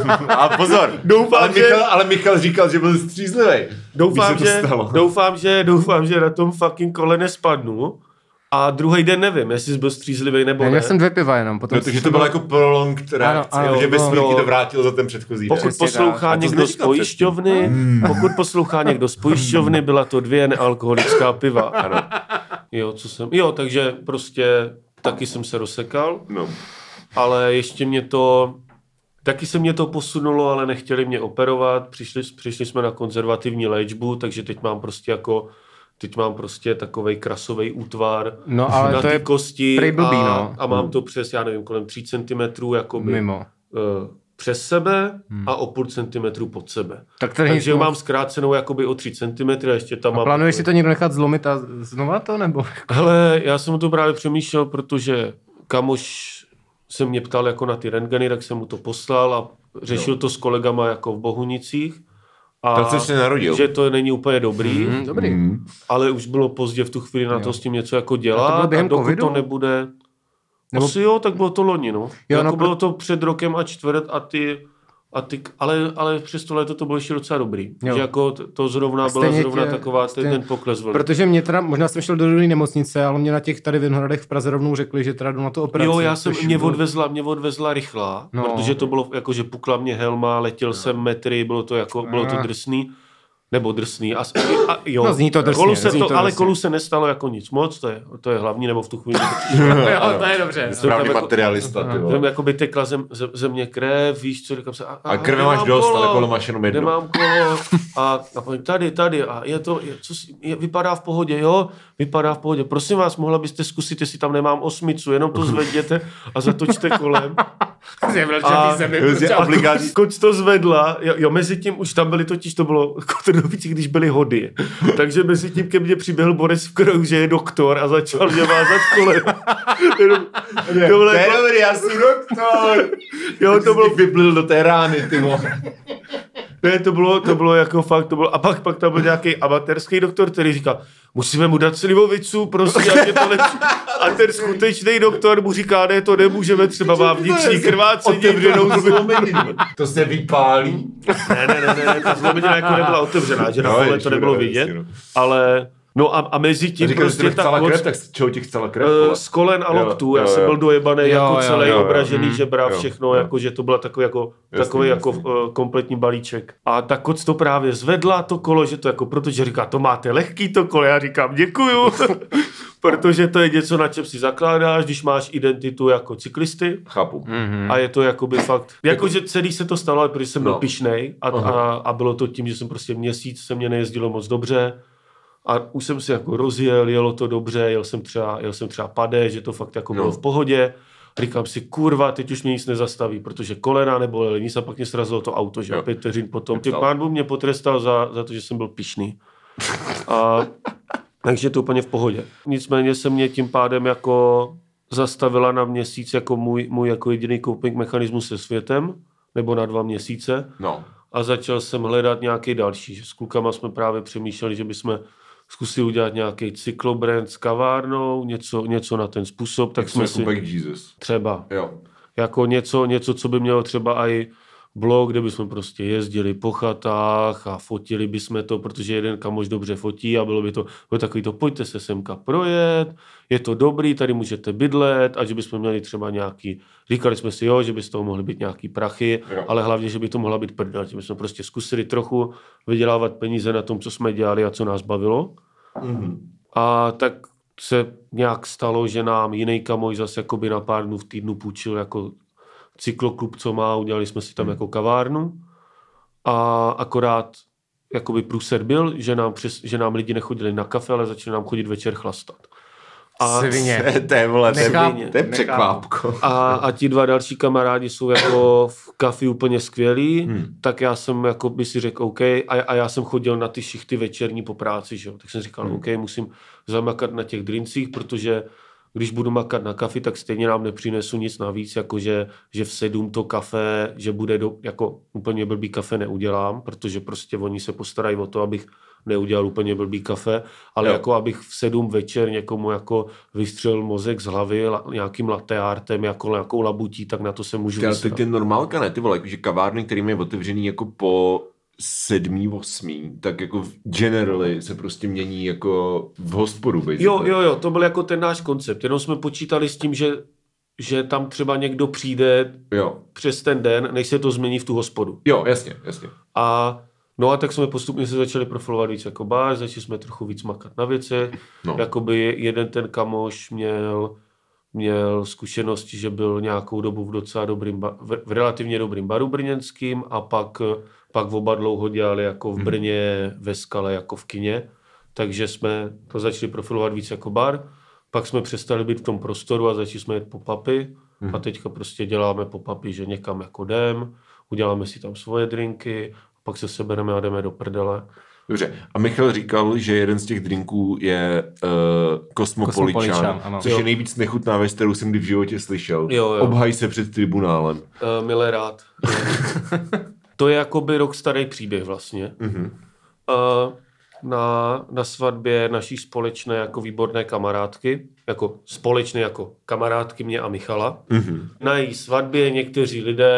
A pozor, doufám, ale, že... Michal, ale Michal říkal, že byl střízlivý. Doufám, že, doufám, že, doufám, že na tom fucking kole nespadnu. A druhý den nevím, jestli jsi byl střízlivý nebo ne. Já jsem dvě piva jenom. Potom no, takže to bylo jako prolonged reakce, ano, ano, že bez to vrátil za ten předchozí den. Pokud poslouchá někdo z pojišťovny, hmm. pokud poslouchá někdo z pojišťovny, byla to dvě nealkoholická piva. Ano. Jo, co jsem, jo, takže prostě taky jsem se rozsekal, no. Ale ještě mě to, taky se mě to posunulo, ale nechtěli mě operovat, přišli, přišli jsme na konzervativní léčbu, takže teď mám prostě jako Teď mám prostě takovej krasovej útvar no, ale na ty je kosti blbý, a, no. a mám to přes, já nevím, kolem tři centimetry jakoby mimo. Uh, přes sebe hmm. a o půl centimetru pod sebe. Tak Takže mám zkrácenou jakoby o tři centimetry a ještě tam a mám... plánuješ si to někdo nechat zlomit a znova to, nebo? Hele, já jsem o to právě přemýšlel, protože kamoš se mě ptal jako na ty rentgeny, tak jsem mu to poslal a řešil no. to s kolegama jako v Bohunicích. A tak se narodil. Že to není úplně dobrý, mm, dobrý. Mm. ale už bylo pozdě v tu chvíli na to jo. s tím něco jako dělat. A, to a dokud covidu? to nebude... Nebo... Asi jo, tak bylo to loni, no. Jo, jako no, bylo to před rokem a čtvrt a ty, A ty, ale, ale přes to léto to bylo ještě docela dobrý. Jo. Že jako to, to zrovna byla zrovna tě, taková stejně, ten pokles vlny. Protože mě teda, možná jsem šel do druhé nemocnice, ale mě na těch tady Vinohradech v Praze rovnou řekli, že teda jdu na to operaci. Jo, já jsem, mě odvezla, mě odvezla rychlá, no. Protože to bylo jako, že pukla mě helma, letěl no. jsem metry, bylo to jako, bylo to drsný. Nebo drsný. A, a jo, no, zní to drsně, kolu se zní to, to ale drsně. Kolu se nestalo jako nic moc, to je, to je hlavní, nebo v tu chvíli. Jo, to je dobře. Správný materialista, ty vole. Jsem jakoby tekla zem, zem, země krev, víš co, říkám se. A, a, a krve máš dost, kolo, ale kolo máš jenom jedno. Nemám kolo. A, a povím, tady, tady, a je to, je, co, je, vypadá v pohodě, jo? Vypadá v pohodě. Prosím vás, mohla byste zkusit, jestli tam nemám osmicu, jenom to zvedněte a zatočte kolem. A koč to zvedla, jo, jo, mezi tím už tam byly totiž, to bylo Kotrnovici, když byly hody. Takže mezi tím ke mně přiběhl Boris v kroju, že je doktor a začal mě vázat kolem. To je dobrý, já jsem doktor. Jo, to bylo... vyblil do té rány, ty vole. Ne, to bylo, to bylo jako fakt, to bylo, a pak, pak tam byl nějaký amatérský doktor, který říkal, musíme mu dát slivovicu, prostě, jak je to lepší. A ten skutečný doktor mu říká, ne, to nemůžeme, třeba má vnitřní krvácení. Otevřenou zlomeninu. To se vypálí. Ne, ne, ne, ne, ta zlomenina jako nebyla otevřená, že na no, pole to nebylo vidět, no. Ale... No a, a mezi tím říkal, prostě ta ta koc... krev, tak čeho ti chcela krev? Uh, z kolen a loktů, já jo, jsem byl dojebaný jo, jako celý jo, obražený, jo, žebra, jo, všechno, jo. jako, že to byl takový jako, jasný, takový jasný. jako uh, kompletní balíček. A ta koc to právě zvedla, to kolo, že to jako, protože říká, to máte lehký to kolo, já říkám děkuju, protože to je něco, na čem si zakládáš, když máš identitu jako cyklisty. Chápu. Mm-hmm. A je to jakoby fakt, jakože celý se to stalo, protože jsem byl no. pyšnej a, a, a bylo to tím, že jsem prostě měsíc se mě nejezdilo moc dobře. A už jsem si jako rozjel, jelo to dobře, jel jsem třeba, jel jsem třeba pade, že to fakt jako no. bylo v pohodě. Říkám si, kurva, teď už mě nic nezastaví, protože kolena nebo nic a pak mě srazilo to auto, že pět vteřin potom. Pán Bůh mě potrestal za, za to, že jsem byl pyšný. A, takže to úplně v pohodě. Nicméně se mě tím pádem jako zastavila na měsíc jako můj, můj jako jediný coping mechanismus se světem, nebo na dva měsíce. No. A začal jsem hledat nějaký další. Že s klukama jsme právě přemýšleli, že bychom zkusili udělat nějaký cyklobrand s kavárnou, něco, něco na ten způsob. Tak Jak jsme si... Back Jesus. Třeba. Jo. Jako něco, něco, co by mělo třeba i blog, kde bychom prostě jezdili po chatách a fotili bychom to, protože jeden kamoš dobře fotí a bylo by to bylo takový to, pojďte se semka projet, je to dobrý, tady můžete bydlet a že bychom měli třeba nějaký, říkali jsme si jo, že by z toho mohly být nějaký prachy, jo. Ale hlavně, že by to mohla být prdel, že bychom prostě zkusili trochu vydělávat peníze na tom, co jsme dělali a co nás bavilo. Mm-hmm. A tak se nějak stalo, že nám jiný kamoš zase jakoby na pár dnů v týdnu půjčil jako cykloklub, co má, udělali jsme si tam hmm. jako kavárnu a akorát jakoby průser byl, že nám, přes, že nám lidi nechodili na kafe, ale začali nám chodit večer chlastat. A Svině. To je, vole, to je překvápko. A, a ti dva další kamarádi jsou jako v kafi úplně skvělí, hmm. tak já jsem jako by si řekl OK a, a já jsem chodil na ty šichty večerní po práci, že? Tak jsem říkal hmm. OK, musím zamakat na těch drincích, protože když budu makat na kafi, tak stejně nám nepřinesu nic navíc, jakože že v sedm to kafe, že bude do, jako úplně blbý kafe neudělám, protože prostě oni se postarají o to, abych neudělal úplně blbý kafe, ale jo. Jako abych v sedm večer někomu jako vystřelil mozek z hlavy la, nějakým latte artem, jako nějakou labutí, tak na to se můžu vysrat. Ty normálka, ne, ty vole, jakože kavárny, který je otevřený jako po sedmý, osmý, tak jako generally se prostě mění jako v hospodu. Basically. Jo, jo, jo, to byl jako ten náš koncept, jenom jsme počítali s tím, že, že tam třeba někdo přijde jo. přes ten den, než se to změní v tu hospodu. Jo, jasně, jasně. A no a tak jsme postupně se začali profilovat víc jako bar, začali jsme trochu víc makat na věci, no. Jakoby jeden ten kamoš měl měl zkušenosti, že byl nějakou dobu v docela dobrým, v, v relativně dobrým baru brněnským a pak, pak oba dlouho dělali jako v Brně, ve Skale, jako v kině. Takže jsme to začali profilovat víc jako bar. Pak jsme přestali být v tom prostoru a začali jsme jít pop-upy. Hmm. A teďka prostě děláme pop-upy, že někam jako jdem, uděláme si tam svoje drinky, pak se sebereme a jdeme do prdele. Dobře. A Michal říkal, že jeden z těch drinků je uh, Kosmopoličan, což jo. je nejvíc nechutná věc, kterou jsem kdy v životě slyšel. Jo, jo. Obhaj se před tribunálem. Uh, milé rád. To je jakoby rok starý příběh vlastně. Uh-huh. Uh, na, na svatbě naší společné jako výborné kamarádky, jako společné jako kamarádky mě a Michala. Uh-huh. Na její svatbě někteří lidé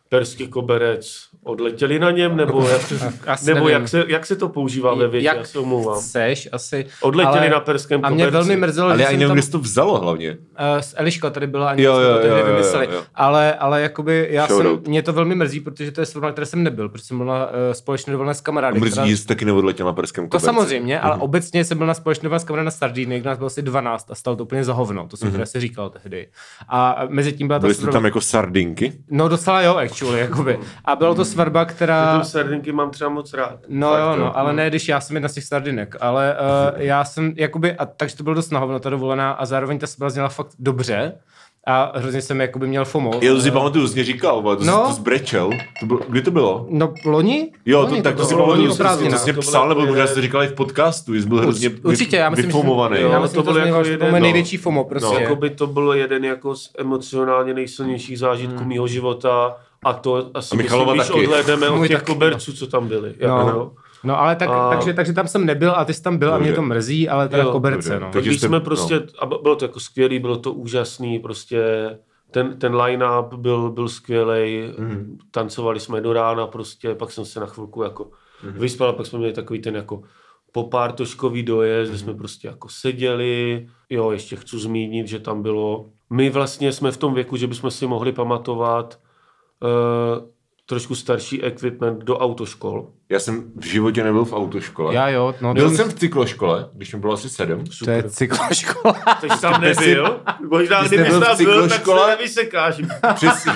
perský koberec odletěli na něm, nebo, jak, nebo jak, se, jak se to používá ve větě, já se omlouvám. Seš, asi. Odletěli ale, na perském koberci. A mě velmi mrzelo, ale že já jsem nevím, tam... kde jsi to vzalo hlavně. Uh, z Eliška tady byla, ani jo, jsme jo, to tehdy jo, vymysleli. Jo, jo. Ale, ale jakoby já Shout jsem, out. mě to velmi mrzí, protože to je srovnání, které jsem nebyl, protože jsem byl na uh, společné dovolené s kamarády. Mrzí, která... že jsi taky neodletěl na perském koberci. To samozřejmě, ale mm-hmm. obecně jsem byl na společné dovolené s kamarády na Sardíny, nás bylo asi dvanáct a stalo to úplně za hovno, to jsem mm-hmm. teda si říkal tehdy. A mezi tím byla ta Byli jste svatba... tam jako sardinky? No docela jo, actually, jakoby. A bylo to svatba, která... Ty sardinky mám třeba moc rád. No fakt, jo, no, ale ne, když já jsem jedna z těch sardinek, ale uh, já jsem, jakoby, a takže to bylo dost na hovno, ta dovolená a zároveň ta svatba zněla fakt dobře a hrozně jsem jakoby měl FOMO. Jo, to si pamatuju, jsi mě říkal, to, no, to zbrečel. To bylo, kdy to bylo? No, loni? Jo, loni, to, tak to, to si bylo, pamatuju, to jsi mě psal, nebo možná jste říkali v podcastu, jsi byl hrozně určitě, já myslím, vyfomovaný. Já myslím, to že to bylo jako jeden, no, největší FOMO prostě. No, jako by to bylo jeden jako z emocionálně nejsilnějších zážitků hmm. mýho života a to asi myslím, když odhlédneme od těch koberců, co tam byli. No. Jako, no. No ale tak, a... takže, takže tam jsem nebyl a ty jsi tam byl a mě to mrzí, ale teda jo, koberce, dobře. No. Tak když jsme prostě, no. a bylo to jako skvělý, bylo to úžasný, prostě ten, ten line-up byl, byl skvělej, mm. tancovali jsme do rána prostě, pak jsem se na chvilku jako mm. vyspal, pak jsme měli takový ten jako popártoškový dojezd, mm. kde jsme prostě jako seděli, jo, ještě chci zmínit, že tam bylo, my vlastně jsme v tom věku, že bychom si mohli pamatovat uh, trošku starší equipment do autoškol. Já jsem v životě nebyl v autoškole. Já jo. No, byl jsem v cykloškole, když mi bylo asi sedm. To je cykloškola. Ty jsi tam nebyl? Možná kdybys tam byl, tak se nevysekáš. Přesně.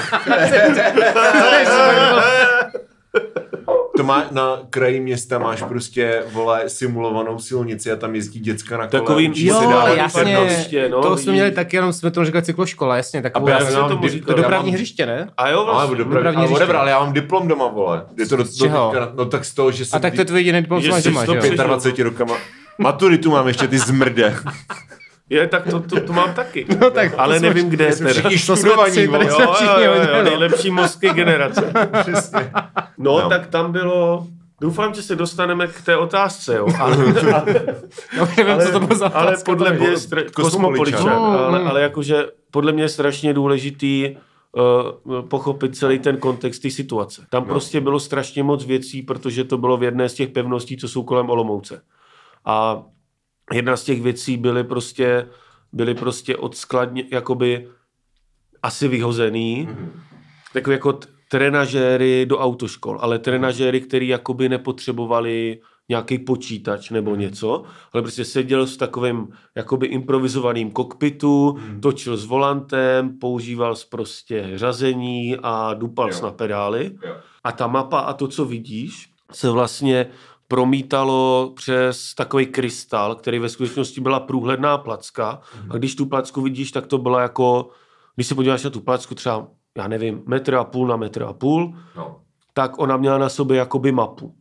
To má na kraji města máš prostě, vole, simulovanou silnici a tam jezdí děcka na kole. Takový, jo, jasně, prostě, no, to jsme měli taky, jenom jsme to říkali cykloškola, jasně, takovou já jsem tomu říkal, dopravní hřiště, ne? A jo, vlastně. Ale, dopravní hřiště. Ale, ale já mám diplom doma, vole. Je to do, do teďka, no tak z toho, že jsem... A tak to je tvůj jediný diplom, co máš doma, že jo? dvacet rokama. Maturitu mám ještě, ty zmrde. Je, tak to, to, to mám taky. No, tak ale nevím, jsme, kde je teda. Všichni študovaní. Jo, jo, jo, jo, nejlepší mozky generace. Přesně. No, no, tak tam bylo... Doufám, že se dostaneme k té otázce, jo. Ale, no, nevím, ale, co to bylo za ale podle mě je stra- Kosmopoličan. Mm, ale, ale jakože podle mě je strašně důležitý uh, pochopit celý ten kontext té situace. Tam no. prostě bylo strašně moc věcí, protože to bylo v jedné z těch pevností, co jsou kolem Olomouce. A jedna z těch věcí byly prostě, byly prostě odskladně, jakoby asi vyhozený, mm-hmm. takový jako t- trenažéry do autoškol, ale trenažéry, který jakoby nepotřebovali nějaký počítač nebo něco, ale prostě seděl v takovém jakoby improvizovaným kokpitu, mm. točil s volantem, používal prostě řazení a dupal na pedály. Jo. A ta mapa a to, co vidíš, se vlastně promítalo přes takový krystal, který ve skutečnosti byla průhledná placka. Mm. A když tu placku vidíš, tak to byla jako, když se podíváš na tu placku třeba, já nevím, metr a půl na metr a půl, no. tak ona měla na sobě jakoby mapu.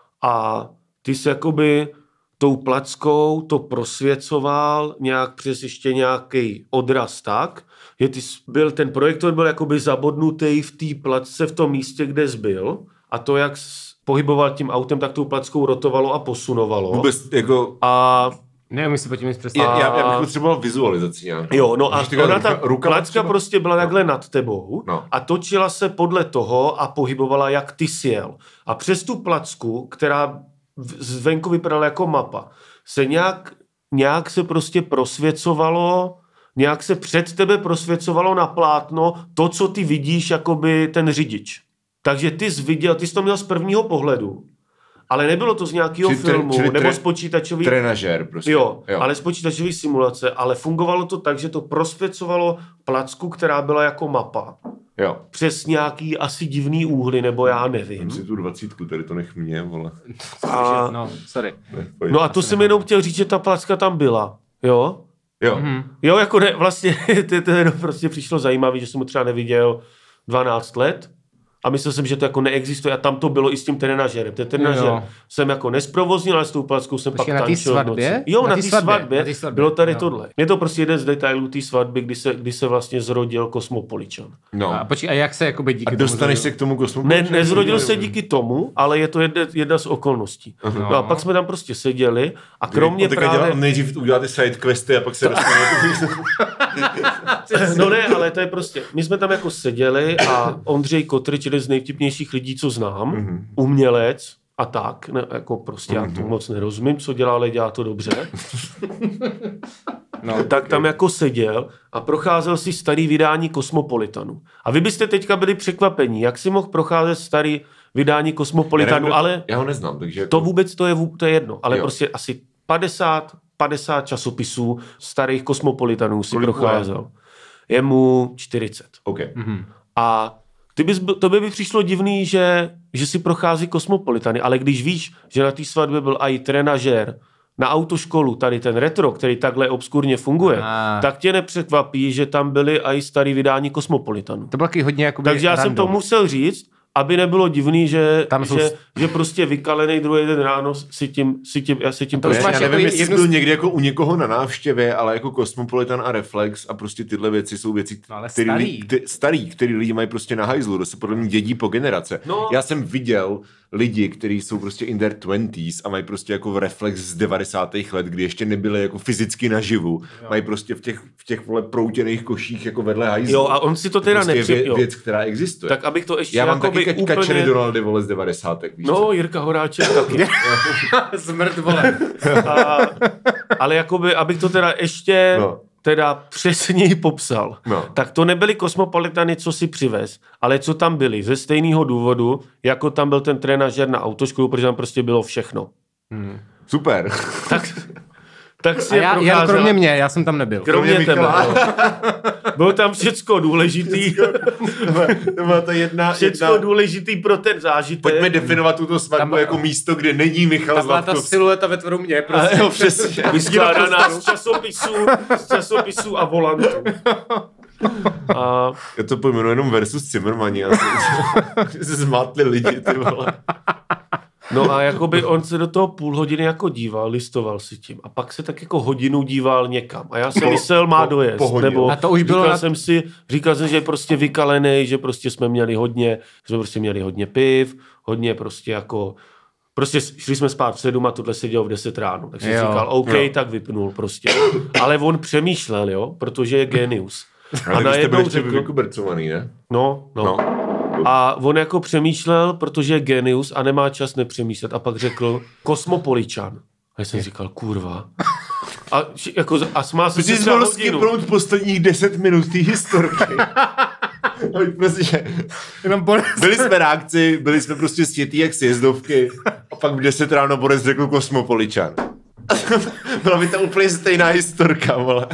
A ty jsi jakoby tou plackou to prosvěcoval nějak přes ještě nějaký odraz tak, že ty byl, ten projektor byl jakoby zabodnutý v té placce v tom místě, kde jsi byl a to, jak pohyboval tím autem, tak tou plackou rotovalo a posunovalo. Vůbec jako... A ne, my si po tím nic představit. Já, já, já bych potřeboval vizualizaci nějak. Jo, no a ona ta ruka, placka třeba... prostě byla takhle no. nad tebou no. a točila se podle toho a pohybovala, jak ty jsi jel. A přes tu placku, která zvenku vypadala jako mapa, se nějak, nějak se prostě prosvěcovalo, nějak se před tebe prosvěcovalo na plátno to, co ty vidíš, jakoby ten řidič. Takže ty jsi viděl, ty jsi to měl z prvního pohledu. Ale nebylo to z nějakého čili filmu, čili nebo z počítačový... Trenažér prostě. Jo, jo, ale z počítačový simulace, ale fungovalo to tak, že to prosvěcovalo placku, která byla jako mapa. Jo. Přes nějaký asi divný úhly, nebo já nevím. Mám si tu dvacítku, tady to nech mě, vole. A... No, sorry. No a to jsem jenom chtěl říct, že ta placka tam byla, jo? Jo. Mhm. Jo, jako ne, vlastně to, to prostě přišlo zajímavé, že jsem ho třeba neviděl dvanáct let. A myslel jsem, že to jako neexistuje a tam to bylo i s tím trenažérem. Ten trenažér jsem jako nesprovoznil, ale s tou plackou jsem Počkej, pak tančil v noci. Jo, na té svatbě, svatbě, svatbě bylo tady jo. tohle. Je to prostě jeden z detailů té svatby, kdy se, kdy se vlastně zrodil Kosmopoličan. No. A počkej, a jak se jakoby díky a dostaneš tomu se k tomu Kosmopoličanu? Ne, nezrodil se díky tomu, ale je to jedna, jedna z okolností. Uh-huh. No a pak jsme tam prostě seděli a kromě Kdy, právě... Dělal, nejdřív udělal ty side questy a pak se dostane No ne, ale to je prostě... My jsme tam jako seděli a Ondřej Kotrič, jeden z nejvtipnějších lidí, co znám, Mm-hmm. umělec a tak, ne, jako prostě Mm-hmm. já to moc nerozumím, co dělá, ale dělá to dobře. No, tak tam jako seděl a procházel si starý vydání Kosmopolitanu. A vy byste teďka byli překvapení, jak si mohl procházet starý vydání Kosmopolitanu, já ale já ho neznám, takže jako... to vůbec to je, to je jedno, ale Jo. prostě asi padesát, padesát časopisů starých Kosmopolitanů si Kolik procházel. Je mu čtyřicet. OK. Mhm. A ty bys, to by mi přišlo divný, že, že si prochází Kosmopolitany, ale když víš, že na té svatbě byl i trenažér na autoškolu, tady ten retro, který takhle obskurně funguje, Ah. tak tě nepřekvapí, že tam byly i starý vydání Kosmopolitanů. To bylo taky hodně jakoby Takže já random. jsem to musel říct, aby nebylo divný, že, Tam jsou- že, že prostě vykalený druhý den ráno si tím, si tím, já si tím To už Já, máš já jako nevím, jestli jednu jsi byl z- někdy jako u někoho na návštěvě, ale jako Cosmopolitan a Reflex a prostě tyhle věci jsou věci, No, ale který, starý. li- kte, starý, který lidi mají prostě na hajzlu, to se podle mě dědí po generace. No. Já jsem viděl lidi, kteří jsou prostě in their twenties a mají prostě jako Reflex z devadesátých let, kdy ještě nebyli jako fyzicky naživu. Jo. Mají prostě v těch, v těch vole proutěných koších jako vedle hajzlu. Jo, a on si to teda prostě je nepři... vě, jo. věc, která existuje. Tak abych to ještě Já mám jakoby taky úplně... kačery Donaldy, vole, z devadesátek, víš No, co? Jirka Horáček taky. Zmrt, vole. A, ale jakoby, abych to teda ještě No. teda přesněji popsal, No. tak to nebyly Kosmopolitany, co si přivez, ale co tam byly, ze stejného důvodu, jako tam byl ten trenažér na autoškolu, protože tam prostě bylo všechno. Super. Tak, tak si A je já, procházel. já kromě mě, já jsem tam nebyl. Kromě Kromě tebe. Michala. No. Bylo tam všecko důležitý. To byla ta jedna, Všecko jedna... důležitý pro ten zážitek. Pojďme definovat tuto svatbu Tam- jako místo, kde není Michal Ta byla ta Zlatkovský. silueta ve tvoru mě, prostě. Ale jo, přesně. Vyskládaná z časopisů, z časopisů a volantů. A Já to pojmenuji jenom versus Cimrmani. Asi. Se zmátli lidi, ty vole. No a jakoby on se do toho půl hodiny jako díval, listoval si tím a pak se tak jako hodinu díval někam. A já jsem Po- myslel, má po- dojezd. pohodil. Nebo A to už bylo říkal na- jsem si, říkal jsem, že je prostě vykalený, že prostě jsme měli hodně, jsme prostě měli hodně piv, hodně prostě jako, prostě šli jsme spát v sedm a tohle se dělo v deset ráno. Tak jsem Jo. říkal, OK, Jo. tak vypnul prostě. Ale on přemýšlel, jo, protože je genius. Ale vy jste byli najednou ještě řekl- vykubercovaný, ne? No, no. No. A on jako přemýšlel, protože je genius a nemá čas nepřemýšlet. A pak řekl Kosmopoličan. A já jsem říkal, kurva. A, ši- jako, a smál jsem Ty se jsi třeba mohl hodinu. skipnout posledních deset minut té historky. Prostě, Jenom Boris. byli jsme reakci, byli jsme prostě stětý jak sjezdovky a pak v deset ráno Boris řekl Kosmopoličan. Byla by to úplně stejná historka, vole.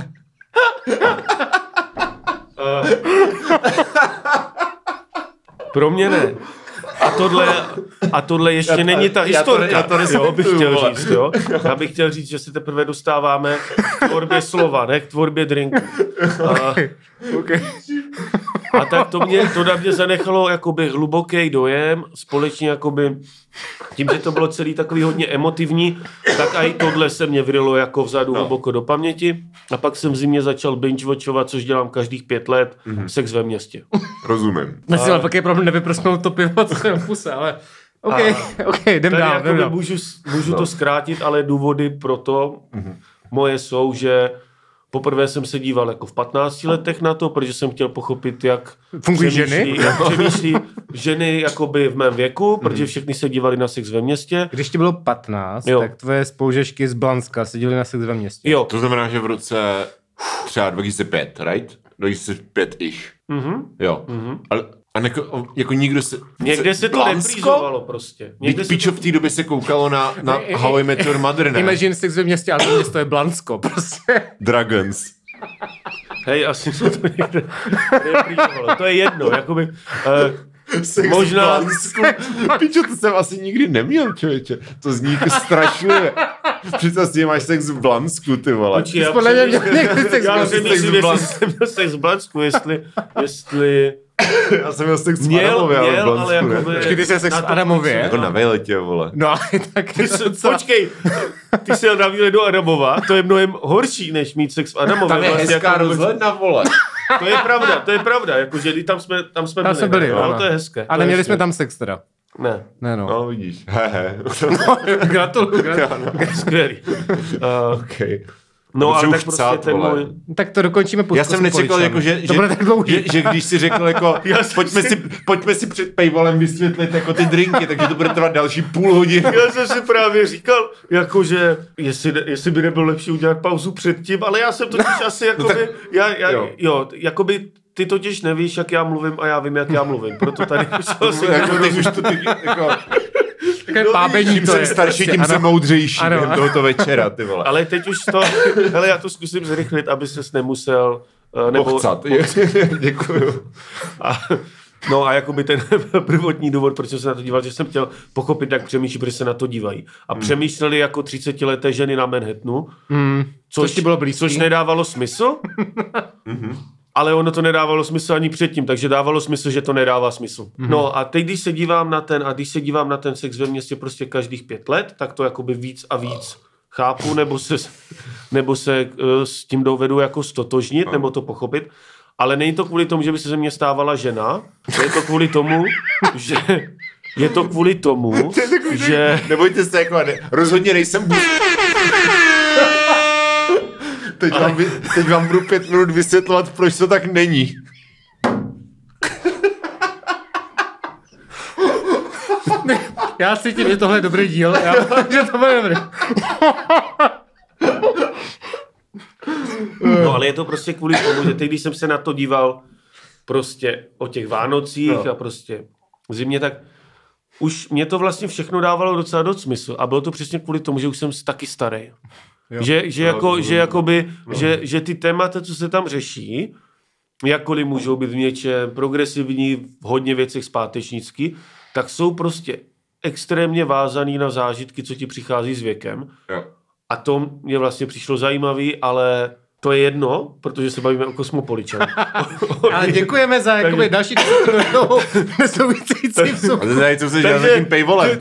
Pro mě ne. A tohle, a tohle ještě Já to- není ta já to- historka. já to jo, bych respektuju, chtěl vole. říct, jo. Já bych chtěl říct, že se teprve dostáváme k tvorbě slova, ne k tvorbě drinku. A, Okay. A tak to, mě, to na mě zanechalo jakoby hluboký dojem, společně jakoby tím, že to bylo celý takový hodně emotivní, tak i tohle se mě vrylo jako vzadu No. hluboko do paměti. A pak jsem v zimě začal binge-watchovat, což dělám každých pět let, mm-hmm. Sex ve městě. Rozumím. Myslím, ale pak je problém nevyprsknout to pivo, co je v puse, ale... OK, OK, jdem Tady dál, jdem jakoby dál. můžu, můžu no. to zkrátit, ale důvody pro to mm-hmm. moje jsou, že poprvé jsem se díval jako v patnácti letech na to, protože jsem chtěl pochopit, jak Fungují přemýšlí, ženy? jak přemýšlí ženy jakoby v mém věku, protože všichni se dívali na Sex ve městě. Když ti bylo patnáct, Jo. tak tvoje spolužečky z Blanska seděly na Sex ve městě. Jo, To znamená, že v roce třeba dva tisíce pět, right? dva tisíce pět-ish. mm-hmm. Jo. Mm-hmm. Ale a jako, jako nikdo se... Někde se to Blansko? nepřízovalo prostě. Někde Vždyť se pičo, to... v té době se koukalo na, na I- i- How I Met Your Mother, ne? Imagine Sex ve městě, ale to město je Blansko, prostě. Dragons. Hej, asi se to někde nepřízovalo. To je jedno, jakoby... Uh, Sex Možná- v Blansku. Pičo, to jsem asi nikdy neměl, člověče. To zní jako strašlivě. Představ si, máš sex v Blansku, ty vole. Počkej, já Podle mě měl přemýšlím- někdy sex v já Blansku. přemýšlím, jestli jsem měl sex v Blansku, jestli... jestli... Já jsem měl sex v Měl, Adamově, ale v měl, Blansku, ale ne? jakoby... Počkej, ty jsi sex na v to Adamově? půjde. Jako na vejletě, vole. No, tak Ty je jsi, to docela... počkej, ty jsi jel na výlet do Adamova, to je mnohem horší, než mít sex v Adamově. Tam je Vlastně hezká jako- rozhledna, vole. To je pravda, to je pravda, jakože tam jsme, tam jsme Tam byli. jsme byli, ne? jo, No, no. to je hezké. A to je neměli hezké. jsme tam sex teda. Ne, Ne, no. No, vidíš. Hehe. Gratuluju, gratuluju. skvělý. Uh, Okay. No, ale tak prostě ten můj... Tak to dokončíme po Já jsem nečekal, jako, že, to že, tak že, že když si řekl, jako, pojďme, si, pojďme si před paywallem vysvětlit jako ty drinky, takže to bude trvat další půl hodiny. Já jsem si právě říkal, jakože, jestli, jestli by nebylo lepší udělat pauzu předtím, ale já jsem totiž asi, jakoby, no tak, já, já, jo. jo, jakoby, ty totiž nevíš, jak já mluvím a já vím, jak já mluvím, proto tady už asi... jako, teď už to teď, jako... Takové no, pábení tím to jsem je. starší, tím jsem moudřejší během tohoto večera, ty vole. Ale teď už to, hele, já to zkusím zrychlit, aby ses nemusel... Nebo, pochcat. Děkuju. A, no a jakoby ten prvotní důvod, proč jsem se na to díval, že jsem chtěl pochopit, jak přemýšlí, protože se na to dívají. A hmm. přemýšleli jako třicetileté ženy na Manhattanu, hmm. což, což ti bylo blízký. Což nedávalo smysl. Ale ono to nedávalo smysl ani předtím, takže dávalo smysl, že to nedává smysl. Mm-hmm. No a teď, když se dívám na ten, a když se dívám na ten Sex ve městě prostě každých pět let, tak to jakoby víc a víc chápu, nebo se, nebo se uh, s tím dovedu jako stotožnit, mm. nebo to pochopit. Ale není to kvůli tomu, že by se ze mě stávala žena, je to kvůli tomu, že... Je to kvůli tomu, že... Nebojte se, jako ne, rozhodně nejsem... Teď, ale... vám, teď vám budu pět minut vysvětlovat, proč to tak není. Já cítím, že tohle je dobrý díl. Já, že to bude dobrý. No ale je to prostě kvůli tomu, že teď, když jsem se na to díval prostě o těch Vánocích no. a prostě v zimě, tak už mě to vlastně všechno dávalo docela dost smysl. A bylo to přesně kvůli tomu, že už jsem taky starý. Jo. Že, že, jako, no, že, jakoby, no. že, že ty témata, co se tam řeší, jakkoliv můžou být v něčem progresivní, v hodně věcech zpátečnický, tak jsou prostě extrémně vázaný na zážitky, co ti přichází s věkem. Jo. A to mě vlastně přišlo zajímavý, ale to je jedno, protože se bavíme o Kosmopoličanu. Ale děkujeme za jakoby, další nesouvisející vstup. Ale tady, co se dělá za tím paywallem.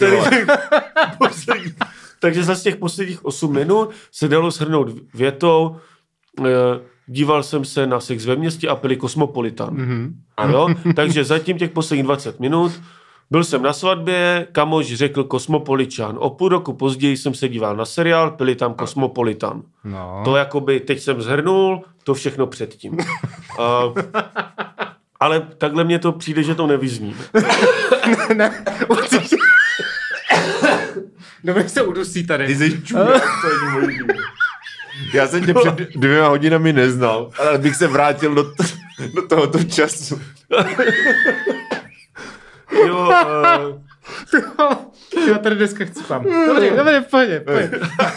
Takže za těch posledních osm minut se dalo shrnout větou, díval jsem se na Sex ve městě a pili Kosmopolitan. Mm-hmm. Ano, takže zatím těch posledních dvacet minut byl jsem na svatbě, kamoš řekl Kosmopoličan. O půl roku později jsem se díval na seriál, pili tam Kosmopolitan. No. To jakoby, teď jsem zhrnul, to všechno předtím. uh, ale takhle mně to přijde, že to nevyzní. ne, určitě. Dobře se udusí tady. Ty jsi čurák, to je možný. Já jsem tě před dvěma hodinami neznal, ale bych se vrátil do, t- do tohoto času. Jo, uh... Já tady dneska chcípám. Dobře, dobře, pojď, pojď.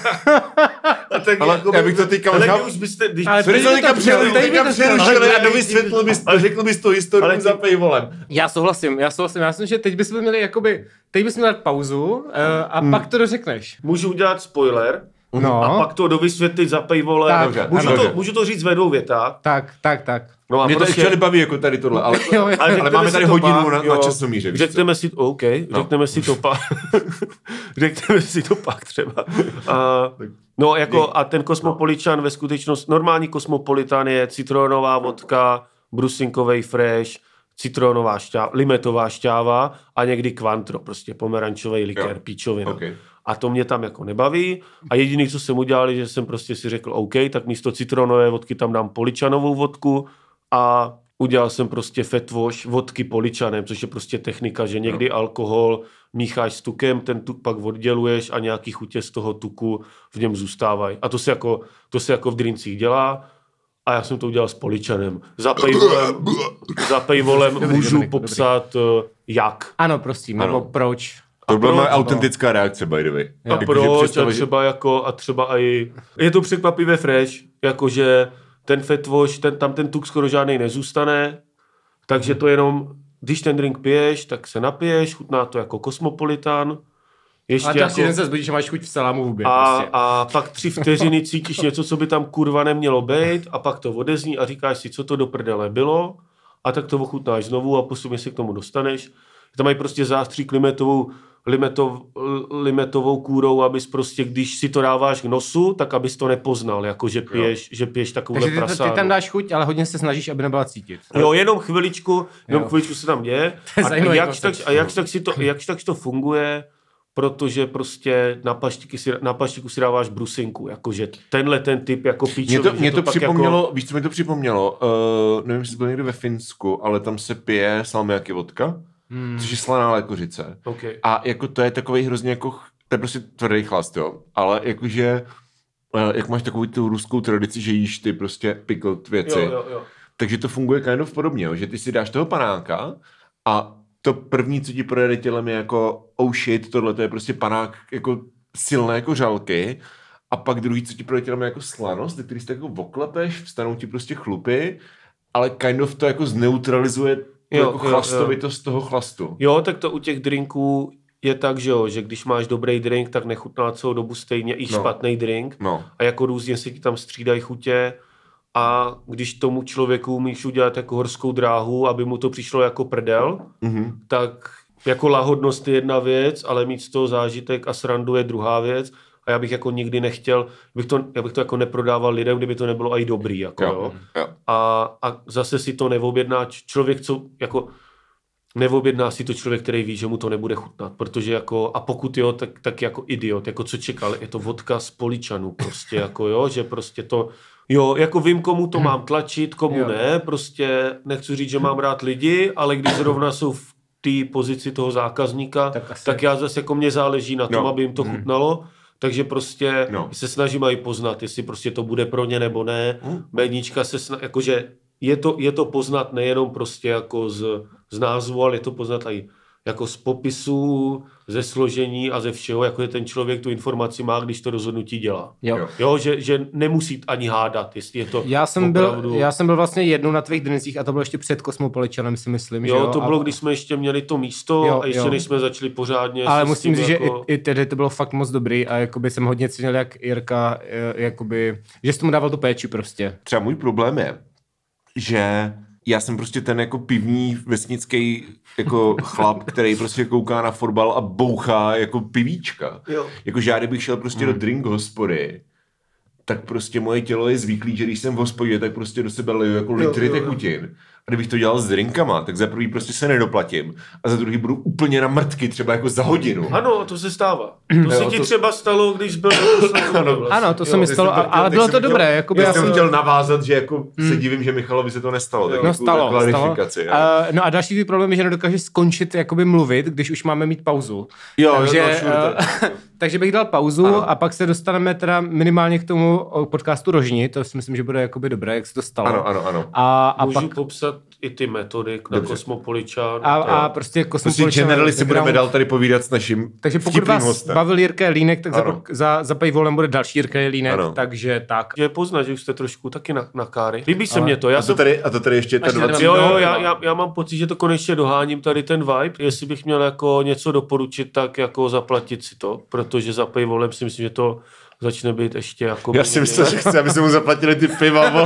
Ale já bych to teďka možná... Ale už byste... Když... Ale teď to teďka přerušili a dovysvětlil bys, a řekl bys tu historii za paywallem. Já souhlasím, já souhlasím. Já myslím, že teď bychom měli jakoby... Teď bychom měli pauzu uh, a hmm. pak to dořekneš. Můžu udělat spoiler? No. A pak to dovysvětlit za paywallem. Můžu, to, můžu to říct ve dvou větách? Tak, tak, tak. No a mě prostě... to ještě nebaví jako tady tohle, ale, jo, jo. ale, ale máme tady hodinu na, na časomíře. Řekneme si to, OK, no. řekneme si to pak. řekneme si to pak třeba. A, no jako a ten Kosmopoličan ve skutečnosti, normální Kosmopolitan je citronová vodka, brusinkovej fresh, citronová šťáva, limetová šťáva a někdy Quantro, prostě pomerančový likér, píčovina. Okay. A to mě tam jako nebaví. A jediný, co jsem udělal, je, že jsem prostě si řekl OK, tak místo citronové vodky tam dám poličanovou vodku a udělal jsem prostě fat wash vodky poličanem, což je prostě technika, že někdy no. alkohol mícháš s tukem, ten tuk pak odděluješ a nějaký chutě z toho tuku v něm zůstávají. A to se jako, to se jako v drincích dělá. A já jsem to udělal s poličanem. Za paywallem, za paywallem můžu dobrý, popsat dobrý. jak. Ano, prosím, ano. nebo proč. To byla moje autentická reakce, by the way. A jako, proč a třeba jako, a třeba i... Je to překvapivě fresh, jakože ten fat wash, ten, tam ten tuk skoro žádnej nezůstane, takže to jenom, když ten drink piješ, tak se napiješ, chutná to jako Kosmopolitan. Ještě a tak jako, si den se zbudíš, že máš chuť v salámu hubě. A, prostě. a pak tři vteřiny cítíš něco, co by tam kurva nemělo být a pak to odezní a říkáš si, co to do prdele bylo a tak to ochutnáš znovu a postupně si k tomu dostaneš. Tam mají prostě zástřík limetovou, limetov, limetovou kůrou, abys prostě, když si to dáváš k nosu, tak abys to nepoznal, jako že piješ, že piješ takovouhle prasádu. Takže ty, ty tam dáš chuť, ale hodně se snažíš, aby nebyla cítit. Jo, jenom chviličku, jenom jo. chviličku se tam děje. A jakž tak, a jakž tak, si to, jakž tak to funguje, protože prostě na paštiku si, na paštiku si dáváš brusinku, jakože tenhle ten typ jako píčový. Mě to, mě to, to připomnělo, jako... víš, co mi to připomnělo? Uh, nevím, jestli byl někde ve Finsku, ale tam se pije salmiakki vodka, hmm. což je slaná lékořice. Okay. A jako to je takovej hrozně jako, to je prostě tvrdý chlast, jo. Ale jakože, uh, jak máš takovou tu ruskou tradici, že jíš ty prostě pickled věci, jo, jo, jo. takže to funguje kind of podobně, jo, že ty si dáš toho panáka a to první, co ti projede tělem je jako oh shit, tohle to je prostě panák jako silné jako žalky a pak druhý, co ti projede tělem je jako slanost, který si tak jako oklepeš, vstanou ti prostě chlupy, ale kind of to jako zneutralizuje jo, jako chlastovitost toho chlastu. Jo, tak to u těch drinků je tak, že jo, že když máš dobrý drink, tak nechutná celou dobu stejně i no. špatný drink no. a jako různě se ti tam střídají chutě. A když tomu člověku umíš udělat jako horskou dráhu, aby mu to přišlo jako prdel, mm-hmm. tak jako lahodnost je jedna věc, ale mít z toho zážitek a srandu je druhá věc. A já bych jako nikdy nechtěl, bych to, já bych to jako neprodával lidem, kdyby to nebylo i dobrý. Jako, jo. Jo. Jo. A, a zase si to neobjedná člověk, co jako neobjedná si to člověk, který ví, že mu to nebude chutnat, protože jako, a pokud jo, tak, tak jako idiot, jako co čekal, je to vodka z Poličanů prostě, jako jo, že prostě to, jo, jako vím, komu to mám tlačit, komu jo. ne, prostě nechci říct, že mám rád lidi, ale když zrovna jsou v té pozici toho zákazníka, tak, asi... tak já zase jako mě záleží na tom, no. aby jim to chutnalo, takže prostě no. se snažím i poznat, jestli prostě to bude pro ně nebo ne, hmm. Bednička se snaží, jakože je to, je to poznat nejenom prostě jako z, z názvu, ale je to poznat i jako z popisu, ze složení a ze všeho, jako je ten člověk tu informaci má, když to rozhodnutí dělá. Jo, jo že, že nemusí ani hádat, jestli je to já jsem opravdu... Byl, já jsem byl vlastně jednou na tvých drincích a to bylo ještě před Kosmopoličanem, si myslím. Jo, že jo? to bylo, a... když jsme ještě měli to místo jo, a ještě jo. než jsme začali pořádně. Ale musím říct, jako... že i, i tedy to bylo fakt moc dobrý a jakoby jsem hodně cenil, jak Jirka, jakoby, že jsi tomu dával tu péči prostě. Třeba můj problém je, že já jsem prostě ten jako pivní vesnický jako chlap, který prostě kouká na fotbal a bouchá jako pivíčka. Jo. Jakože já kdybych šel prostě hmm. do drink hospody, tak prostě moje tělo je zvyklý, že když jsem v hospodě, tak prostě do sebe leju jako litry jo, jo, jo. tekutin. A kdybych to dělal s drinkama, tak za prvý prostě se nedoplatím a za druhý budu úplně na mrtky, třeba jako za hodinu. Ano, to se stává. To se ti to... třeba stalo, když byl ano, vlastně. ano, to jo, se mi stalo, chtěl, ale bylo to chtěl, dobré. Jakoby já, já jsem jsem chtěl navázat, že jako hmm. se divím, že Michalovi se to nestalo. Tak no jako stalo, klarifikaci. stalo. Uh, no a další problém je, že nedokážeš skončit jakoby mluvit, když už máme mít pauzu. Jo, takže, jo, no, uh, takže bych dal pauzu ano. a pak se dostaneme teda minimálně k tomu podcastu Rožni, to si myslím, že bude jakoby dobré, jak se to stalo. Ano, ano, ano. A, a můžu pak... popsat i ty metody na Kosmopoličan. A, a prostě Kosmopoličan. Prostě generally si budeme dál tady povídat s naším takže pokud vás hostem. bavil Jirka Jelínek, tak za, za, za paywallem bude další Jirka Jelínek, ano. takže tak. Je poznat, že už jste trošku taky na, na káry. Líbí se ale... mě to. Já a, to tady, a to tady ještě ten dvacet. Jo, jo, já, já, já mám pocit, že to konečně doháním tady ten vibe. Jestli bych měl jako něco doporučit, tak jako zaplatit si to, protože za paywallem si myslím, že to začne být ještě jako... Já si myslím, že chci, aby se mu zaplatili ty piva.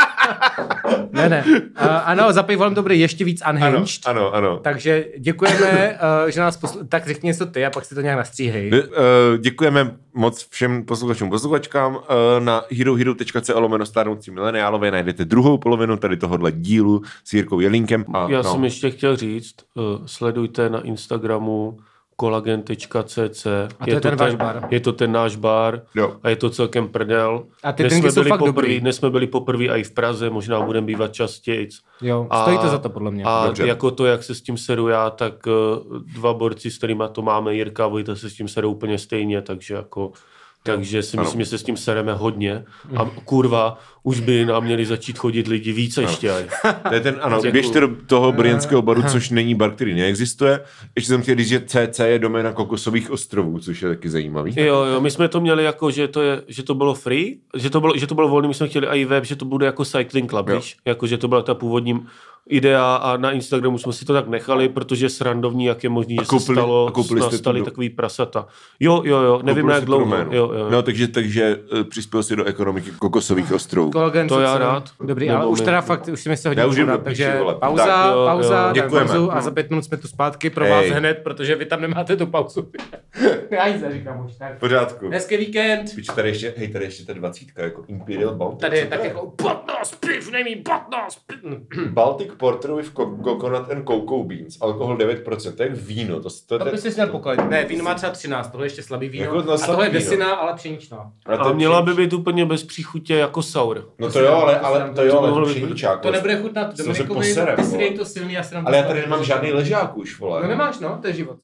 Ne, ne. Uh, ano, za paywallem to bude ještě víc unhinged. Ano, ano, ano. Takže děkujeme, uh, že nás posl- tak řekni něco ty a pak si to nějak nastříhej. Uh, děkujeme moc všem posluchačům, posluchačkám. Uh, na herohero tečka co lomeno stárnoucí mileniálové najdete druhou polovinu tady tohohle dílu s Jirkou Jelínkem. A, Já no. jsem ještě chtěl říct, uh, sledujte na Instagramu kolagen tečka cé cé. A to je, je to ten, ten váš bar. Je to ten náš bar jo. a je to celkem prdel. A ty dnes jsou fakt poprvý, dobrý. Dnes jsme byli poprvé i v Praze, možná budeme bývat častěji. Jo, stojí to za to podle mě. A Dobře. jako to, jak se s tím seru já, tak uh, dva borci, s kterými to máme, Jirka a Vojta, se s tím serou úplně stejně, takže jako... Takže si myslím, ano. že se s tím sereme hodně. A kurva, už by nám měli začít chodit lidi víc ještě. To je ten, ano, běžte do toho brněnského baru, což není bar, který neexistuje. Ještě jsem chtěl říct, že cé cé je doména Kokosových ostrovů, což je taky zajímavý. Jo, jo, my jsme to měli jako, že to, je, že to bylo free, že to bylo, že to bylo volné, my jsme chtěli i web, že to bude jako cycling club, víš? Jako, že to byla ta původní idea a na Instagramu jsme si to tak nechali, protože srandovní, jak je možný, že koupili, se stalo, nastaly takový prasata. Jo, jo, jo, nevím jak dlouho. Jo, jo, jo. No, takže, takže uh, přispěl si do ekonomiky Kokosových ostrovů. Kolagen, to já rád. Dobrý, ale už teda fakt, už si mi se hodně už rád, takže pauza, tak, jo, pauza, jo. tak pauzu a za pět minut jsme tu zpátky pro vás hned, protože vy tam nemáte tu pauzu. Já jízde, říkám už, tak. V pořádku. Dneska víkend. Víš, tady ještě, hej, tady ještě ta dvacítka, jako Imperial Baltic. Tady je tak jako patnáct piv, nejmí patnáct piv. Baltic Classic Porter with co- coconut and cocoa beans, alkohol devět procent, to je víno. To, to, to, to by si měl pokojit. Ne, víno má třeba třináct, tohle je ještě slabý víno. Jako a tohle je desina, ale pšeničná. A, a měla by být úplně bez příchutě jako sour. No to jo, ale, ale to jo, ale pšeničák. To nebude chutnat Dominikovi, ty si dej to silný, já si dám. Ale já tady nemám žádný ležák už, vole. No nemáš, no, to je život.